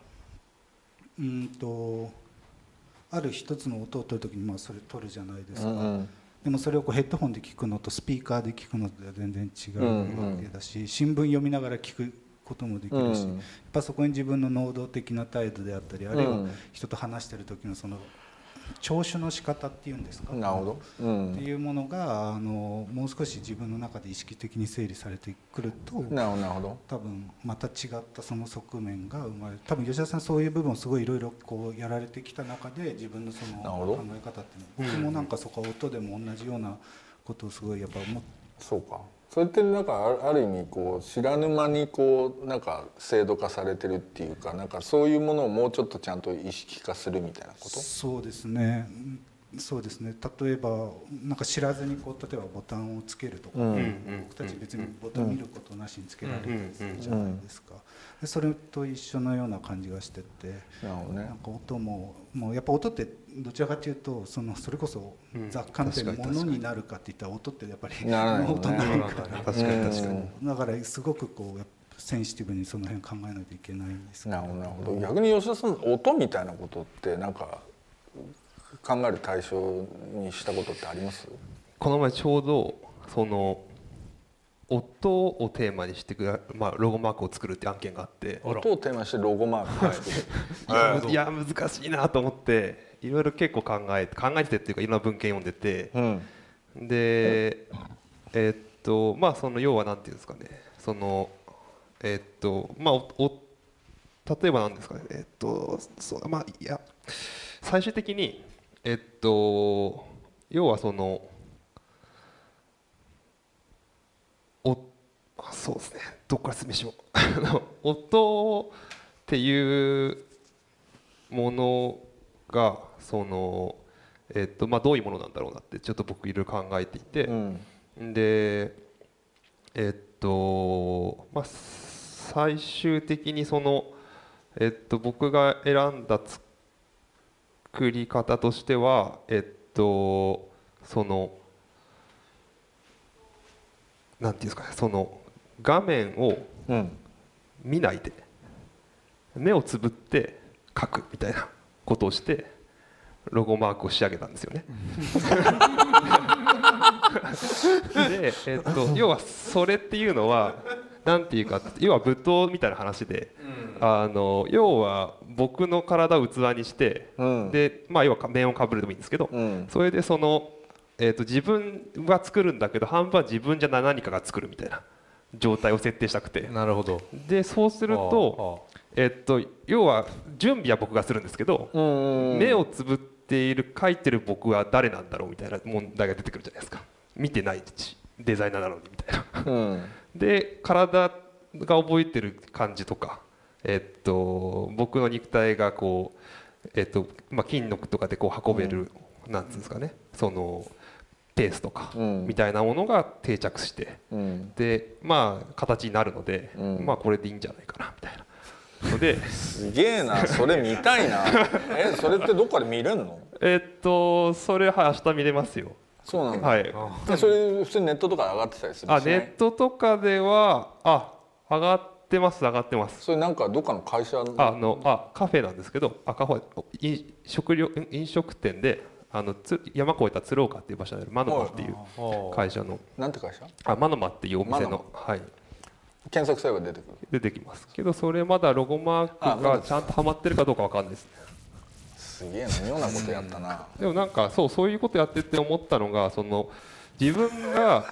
ある一つの音を取る時にそれ取るじゃないですか。でもそれをこうヘッドホンで聞くのとスピーカーで聞くのとは全然違うわけだし、新聞読みながら聞くこともできるし、やっぱそこに自分の能動的な態度であったり、あるいは人と話してる時のその聴取の仕方っていうんですか、 なるほど、 っていうものがもう少し自分の中で意識的に整理されてくると、 なるほど、 多分また違ったその側面が生まれる。多分吉田さんそういう部分をすごいいろいろこうやられてきた中で、自分のその考え方っていうのは僕もなんかそこは音でも同じようなことをすごいやっぱ思って。 そうか、それってなんかある意味こう知らぬ間にこうなんか制度化されてるっていうか、なんかそういうものをもうちょっとちゃんと意識化するみたいなこと。 そうですね、そうですね。例えばなんか知らずにこう例えばボタンをつけるとか、僕たち別にボタン見ることなしにつけられたりするじゃないですか。でそれと一緒のような感じがしてて、なんか音もやっぱ音ってどちらかというとそれこそ雑感ってものになるかっていったら音ってやっぱり音ないから、だからすごくこうセンシティブにその辺考えないといけないんですけど。 なるほど。逆に吉田さん、音みたいなことってなんか考える対象にしたことってあります？ この前ちょうどその音をテーマにしてロゴマークを作るって案件があって、 音をテーマにしてロゴマークを作る。 いや難しいなと思っていろいろ結構考えてっていうかいろんな文献読んでて、でその要はなんていうんですかね、そのまあ例えばなんですかね、そうまあいや最終的に要はそのそうですね、どこから説明しよう音っていうものがそのまあどういうものなんだろうなってちょっと僕いろいろ考えていて、でまあ最終的にその僕が選んだ作り方としてはそのなんていうんですかね、その画面を見ないで目をつぶって書くみたいなことをしてロゴマークを仕上げたんですよね。で、要はそれっていうのはなんていうか、要は舞踏みたいな話で、要は僕の体を器にして、でまあ要は面をかぶるでもいいんですけど、それでその自分は作るんだけど半分は自分じゃない何かが作るみたいな状態を設定したくて、 なるほど。 でそうすると要は準備は僕がするんですけど、目をつぶっている書いてる僕は誰なんだろうみたいな問題が出てくるじゃないですか。見てないデザイナーなのにみたいな。で体が覚えてる感じとか、僕の肉体がこうまあ、筋肉とかでこう運べる、なんつうんですかね、そのペースとかみたいなものが定着して、でまあ形になるので、まあこれでいいんじゃないかなみたいなので。 すげえな、それ見たいな。それってどっかで見れるの？ それはい明日見れますよ。 そうなんだ。 はい。 それ普通にネットとかで上がってたりする？ ネットとかでは上がってます上がってます。 それなんかどっかの会社カフェなんですけど、飲食店で山越えた鶴岡っていう場所にあるマノマっていう会社の。 なんて会社？ マノマっていうお店の、はい。 検索すれば出てくる？ 出てきますけど、それまだロゴマークがちゃんとはまってるかどうかわかんないですね。 すげえな、妙なことやったな。 でもなんかそういうことやってて思ったのが、その自分が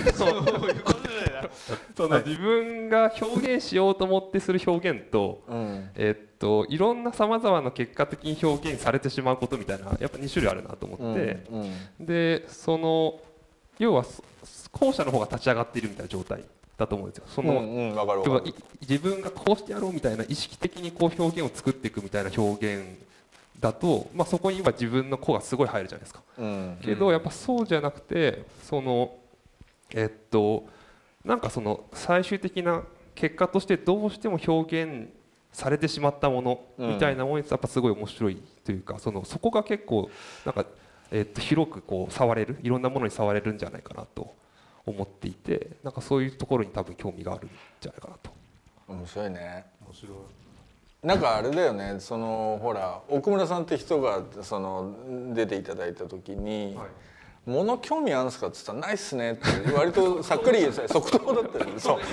自分が表現しようと思ってする表現と、いろんなさまざまな結果的に表現されてしまうことみたいな、やっぱ2種類あるなと思って、でその要は後者の方が立ち上がっているみたいな状態だと思うんですよ。その自分がこうしてやろうみたいな意識的にこう表現を作っていくみたいな表現だと、まあ、そこに今自分の個がすごい入るじゃないですか。けどやっぱそうじゃなくて、そのなんかその最終的な結果としてどうしても表現されてしまったものみたいなものにやっぱすごい面白いというか、そこが結構なんか広くこう触れる、いろんなものに触れるんじゃないかなと思っていて、なんかそういうところに多分興味があるんじゃないかなと。 面白いね。 面白い。 なんかあれだよね、そのほら奥村さんって人がその出ていただいた時に「物興味あるんですか?」って言ったら「ないっすね」って割とさっくり言って即答だったよね。そう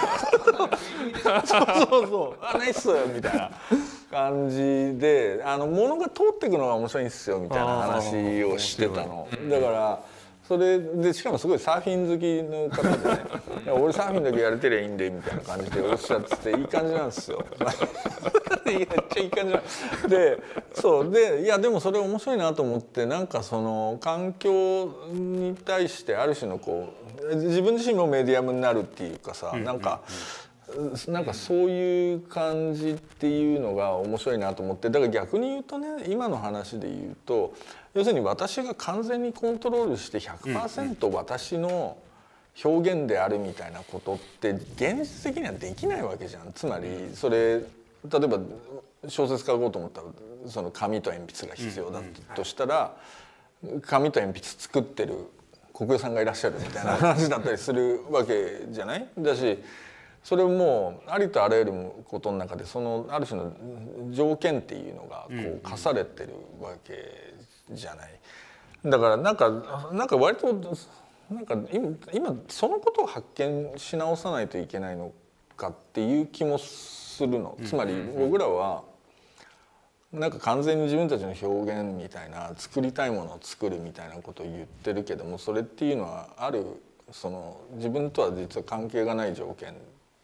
「ないっす」みたいな感じで、物が通っていくのが面白いんですよみたいな話をしてたの。だからそれでしかもすごいサーフィン好きの方でね「俺サーフィンだけやれてりゃいいんで」みたいな感じでおっしゃってて、いい感じなんですよ。めっちゃいい感じなんで、そうで、いやでもそれ面白いなと思って、なんかその環境に対してある種のこう自分自身もメディアムになるっていうかさ、なんかそういう感じっていうのが面白いなと思って、だから逆に言うとね、今の話で言うと要するに私が完全にコントロールして 100% 私の表現であるみたいなことって現実的にはできないわけじゃん。つまりそれ例えば小説書こうと思ったらその紙と鉛筆が必要だとしたら、紙と鉛筆作ってる国用さんがいらっしゃるみたいな話だったりするわけじゃない。だしそれもありとあらゆることの中でそのある種の条件っていうのがこう課されてるわけじゃない。だからなんか割となんか今そのことを発見し直さないといけないのかっていう気もするの。つまり僕らはなんか完全に自分たちの表現みたいな作りたいものを作るみたいなことを言ってるけども、それっていうのはあるその自分とは実は関係がない条件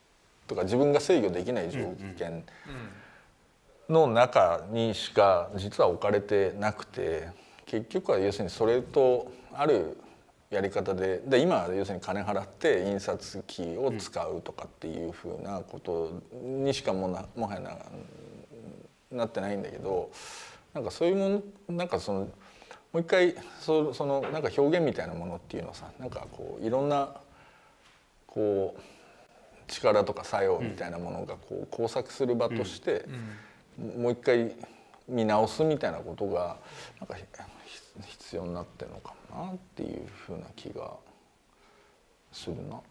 とか自分が制御できない条件の中にしか実は置かれてなくて、結局は要するにそれとあるやり方で今は要するに金払って印刷機を使うとかっていうふうなことにしかもはやなってないんだけど、なんかそういうものなんかそのもう一回そのなんか表現みたいなものっていうのをさ、なんかこういろんなこう力とか作用みたいなものがこう交錯する場としてもう一回見直すみたいなことがなんか必要になってるのかもなっていうふうな気がするな。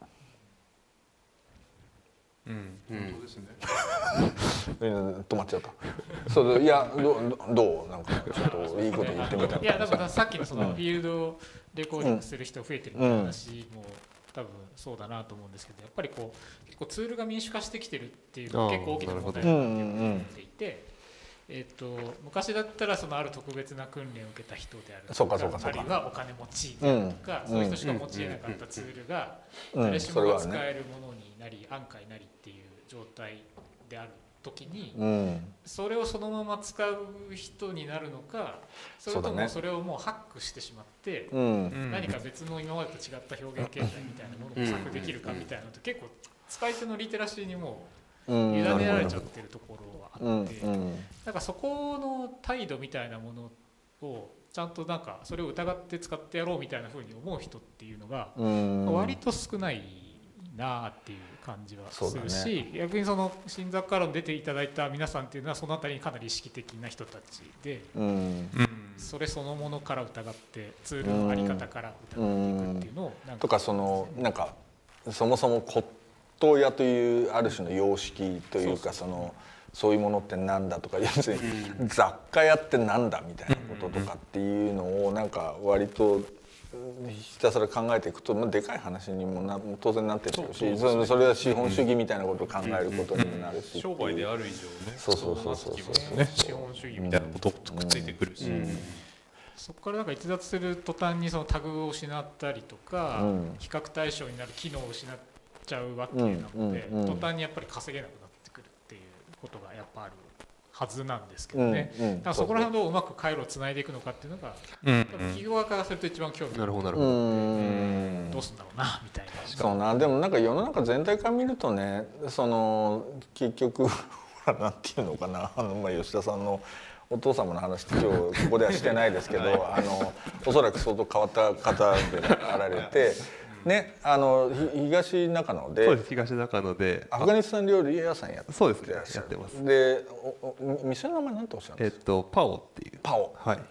本当ですね。 止まっちゃった。そういやどうなんかちょっといいこと言ってみたいな。 いやだからさっきのそのフィールドレコーディングする人増えてるって話も多分そうだなと思うんですけど、やっぱりこう結構ツールが民主化してきてるっていうのが結構大きな問題だと思っていて。昔だったらそのある特別な訓練を受けた人であるとか、あるいはお金持ちであるとか、そういう人しか持ち得なかったツールが誰しもが使えるものになり安価になりっていう状態である時に、それをそのまま使う人になるのか、それともそれをもうハックしてしまって何か別の今までと違った表現形態みたいなものを模索できるかみたいなのって結構使い手のリテラシーにも委ねられちゃってるところはあって、なんかそこの態度みたいなものをちゃんとなんかそれを疑って使ってやろうみたいなふうに思う人っていうのが割と少ないなあっていう感じはするし、逆にその新雑貨論出ていただいた皆さんっていうのはそのあたりにかなり意識的な人たちで、それそのものから疑ってツールのあり方から疑っていくっていうのをとかそのなんかそもそも骨董屋というある種の様式というかそういうものってなんだとか、要するに雑貨屋ってなんだみたいなこととかっていうのをなんか割とひたすら考えていくと、でかい話にも当然なってるし、それは資本主義みたいなことを考えることにもなるし、 商売である以上ね、 そう資本主義みたいなこととくっついてくるし、 そこからなんか逸脱する途端にそのタグを失ったりとか、比較対象になる機能を失っちゃうわけなので、途端にやっぱり稼げなくなってくるっていうことがやっぱあるはずなんですけどね。だからそこら辺をどううまく回路をつないでいくのかっていうのが、多分企業側からすると一番興味がある。どうするんだろうなみたいな。 そうな、でもなんか世の中全体から見るとね、結局ほらなんていうのかな、吉田さんのお父様の話って今日ここではしてないですけどおそらく相当変わった方であられて。ね、東中野で、 そうです、東中野でアフガニスタン料理屋さんやって、 そうですね、やってます。 で、店の名前なんておっしゃるんですか？ パオっていう。 パオ。 はい。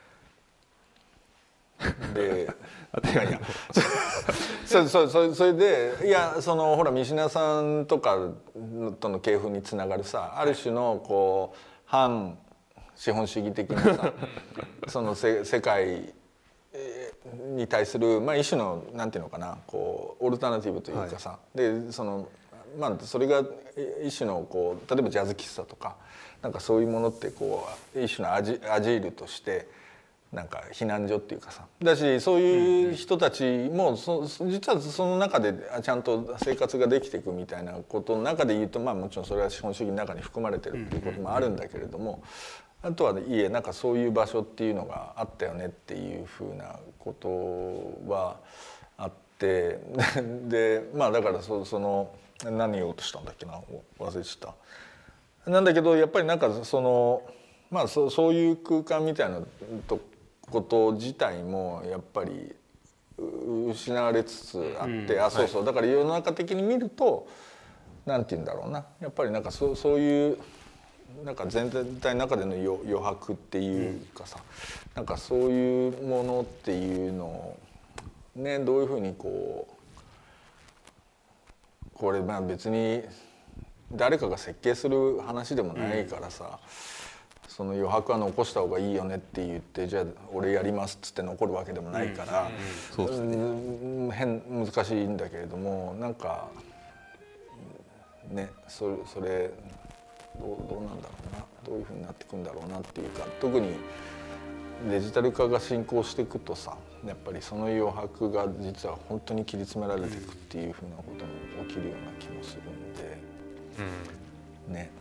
で、それでほら三品さんとかとの系譜につながるさ、ある種のこう反資本主義的なさその世界に対する一種のなんていうのかな、こうオルタナティブというかさ、でそれが一種のこう例えばジャズ喫茶とかなんかそういうものってこう一種のアジールとしてなんか避難所っていうかさだし、そういう人たちも実はその中でちゃんと生活ができていくみたいなことの中で言うと、もちろんそれは資本主義の中に含まれてるっていうこともあるんだけれども。あとはいえなんかそういう場所っていうのがあったよねっていうふうなことはあってでだから何言おうとしたんだっけな、忘れちゃった。なんだけどやっぱりなんかそういう空間みたいなこと自体もやっぱり失われつつあって、そうだから世の中的に見るとなんて言うんだろうな、やっぱりなんかそういうなんか全体の中での余白っていうかさ、なんかそういうものっていうのをね、どういうふうにこれ別に誰かが設計する話でもないからさ、その余白は残した方がいいよねって言ってじゃあ俺やりますっつって残るわけでもないから難しいんだけれども、なんかねそれどうなんだろうな、どういうふうになっていくんだろうなっていうか、特にデジタル化が進行していくとさ、やっぱりその余白が実は本当に切り詰められていくっていうふうなことも起きるような気もするんで。 ね。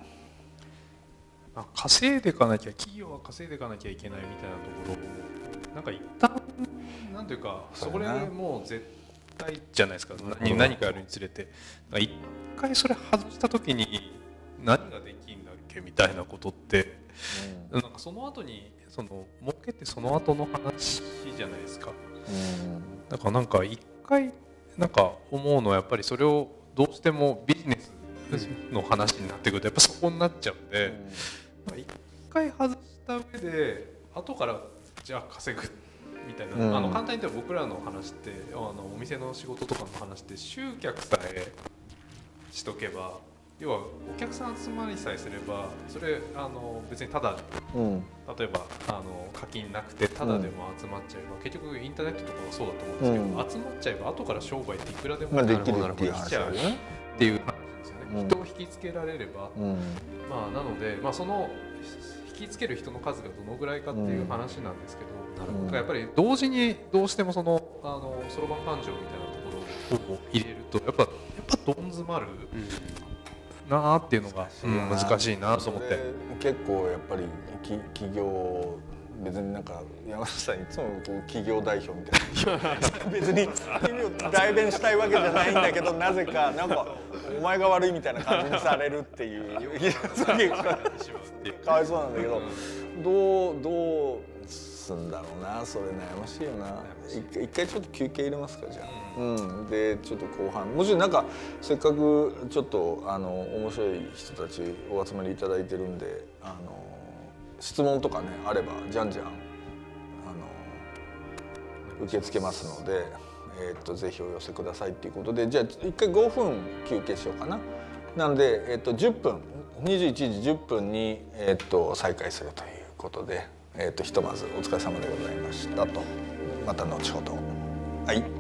稼いでいかなきゃ、企業は稼いでいかなきゃいけないみたいなところをなんか一旦なんていうか、それもう絶対じゃないですか。何かやるにつれて一回それ外した時に何ができんだっけみたいなことって、なんかその後にその儲けってその後の話じゃないですか。だからなんか一回なんか思うのはやっぱりそれをどうしてもビジネスの話になってくるとやっぱそこになっちゃうんで、一回外した上で後からじゃあ稼ぐみたいな、簡単に言っては僕らの話ってお店の仕事とかの話って集客さえしとけば、要はお客さん集まりさえすればそれ別にただで、例えば課金なくてただでも集まっちゃえば、結局インターネットとかもそうだと思うんですけど、集まっちゃえば後から商売っていくらでもできるっていうできちゃうっていう話ですよね。人を引きつけられれば、なので、その引きつける人の数がどのぐらいかっていう話なんですけど、やっぱり同時にどうしてもそのそろばん勘定みたいなところを入れるとやっぱどん詰まるなーっていうのが難しいなと思って。 結構やっぱり企業、別になんか山下さんいつも企業代表みたいな別に代弁したいわけじゃないんだけど、なぜかなんかお前が悪いみたいな感じにされるっていうかわいそうなんだけど、どうすんだろうな。それ悩ましいよな。一回ちょっと休憩入れますか、じゃあ。でちょっと後半、もしなんかせっかくちょっと面白い人たちお集まりいただいてるんで、質問とかねあればじゃんじゃん受け付けますので、ぜひお寄せくださいっていうことで、じゃあ一回5分休憩しようかな。なので、10分21時10分に、再開するということで、ひとまずお疲れ様でございましたと。また後ほど。はい。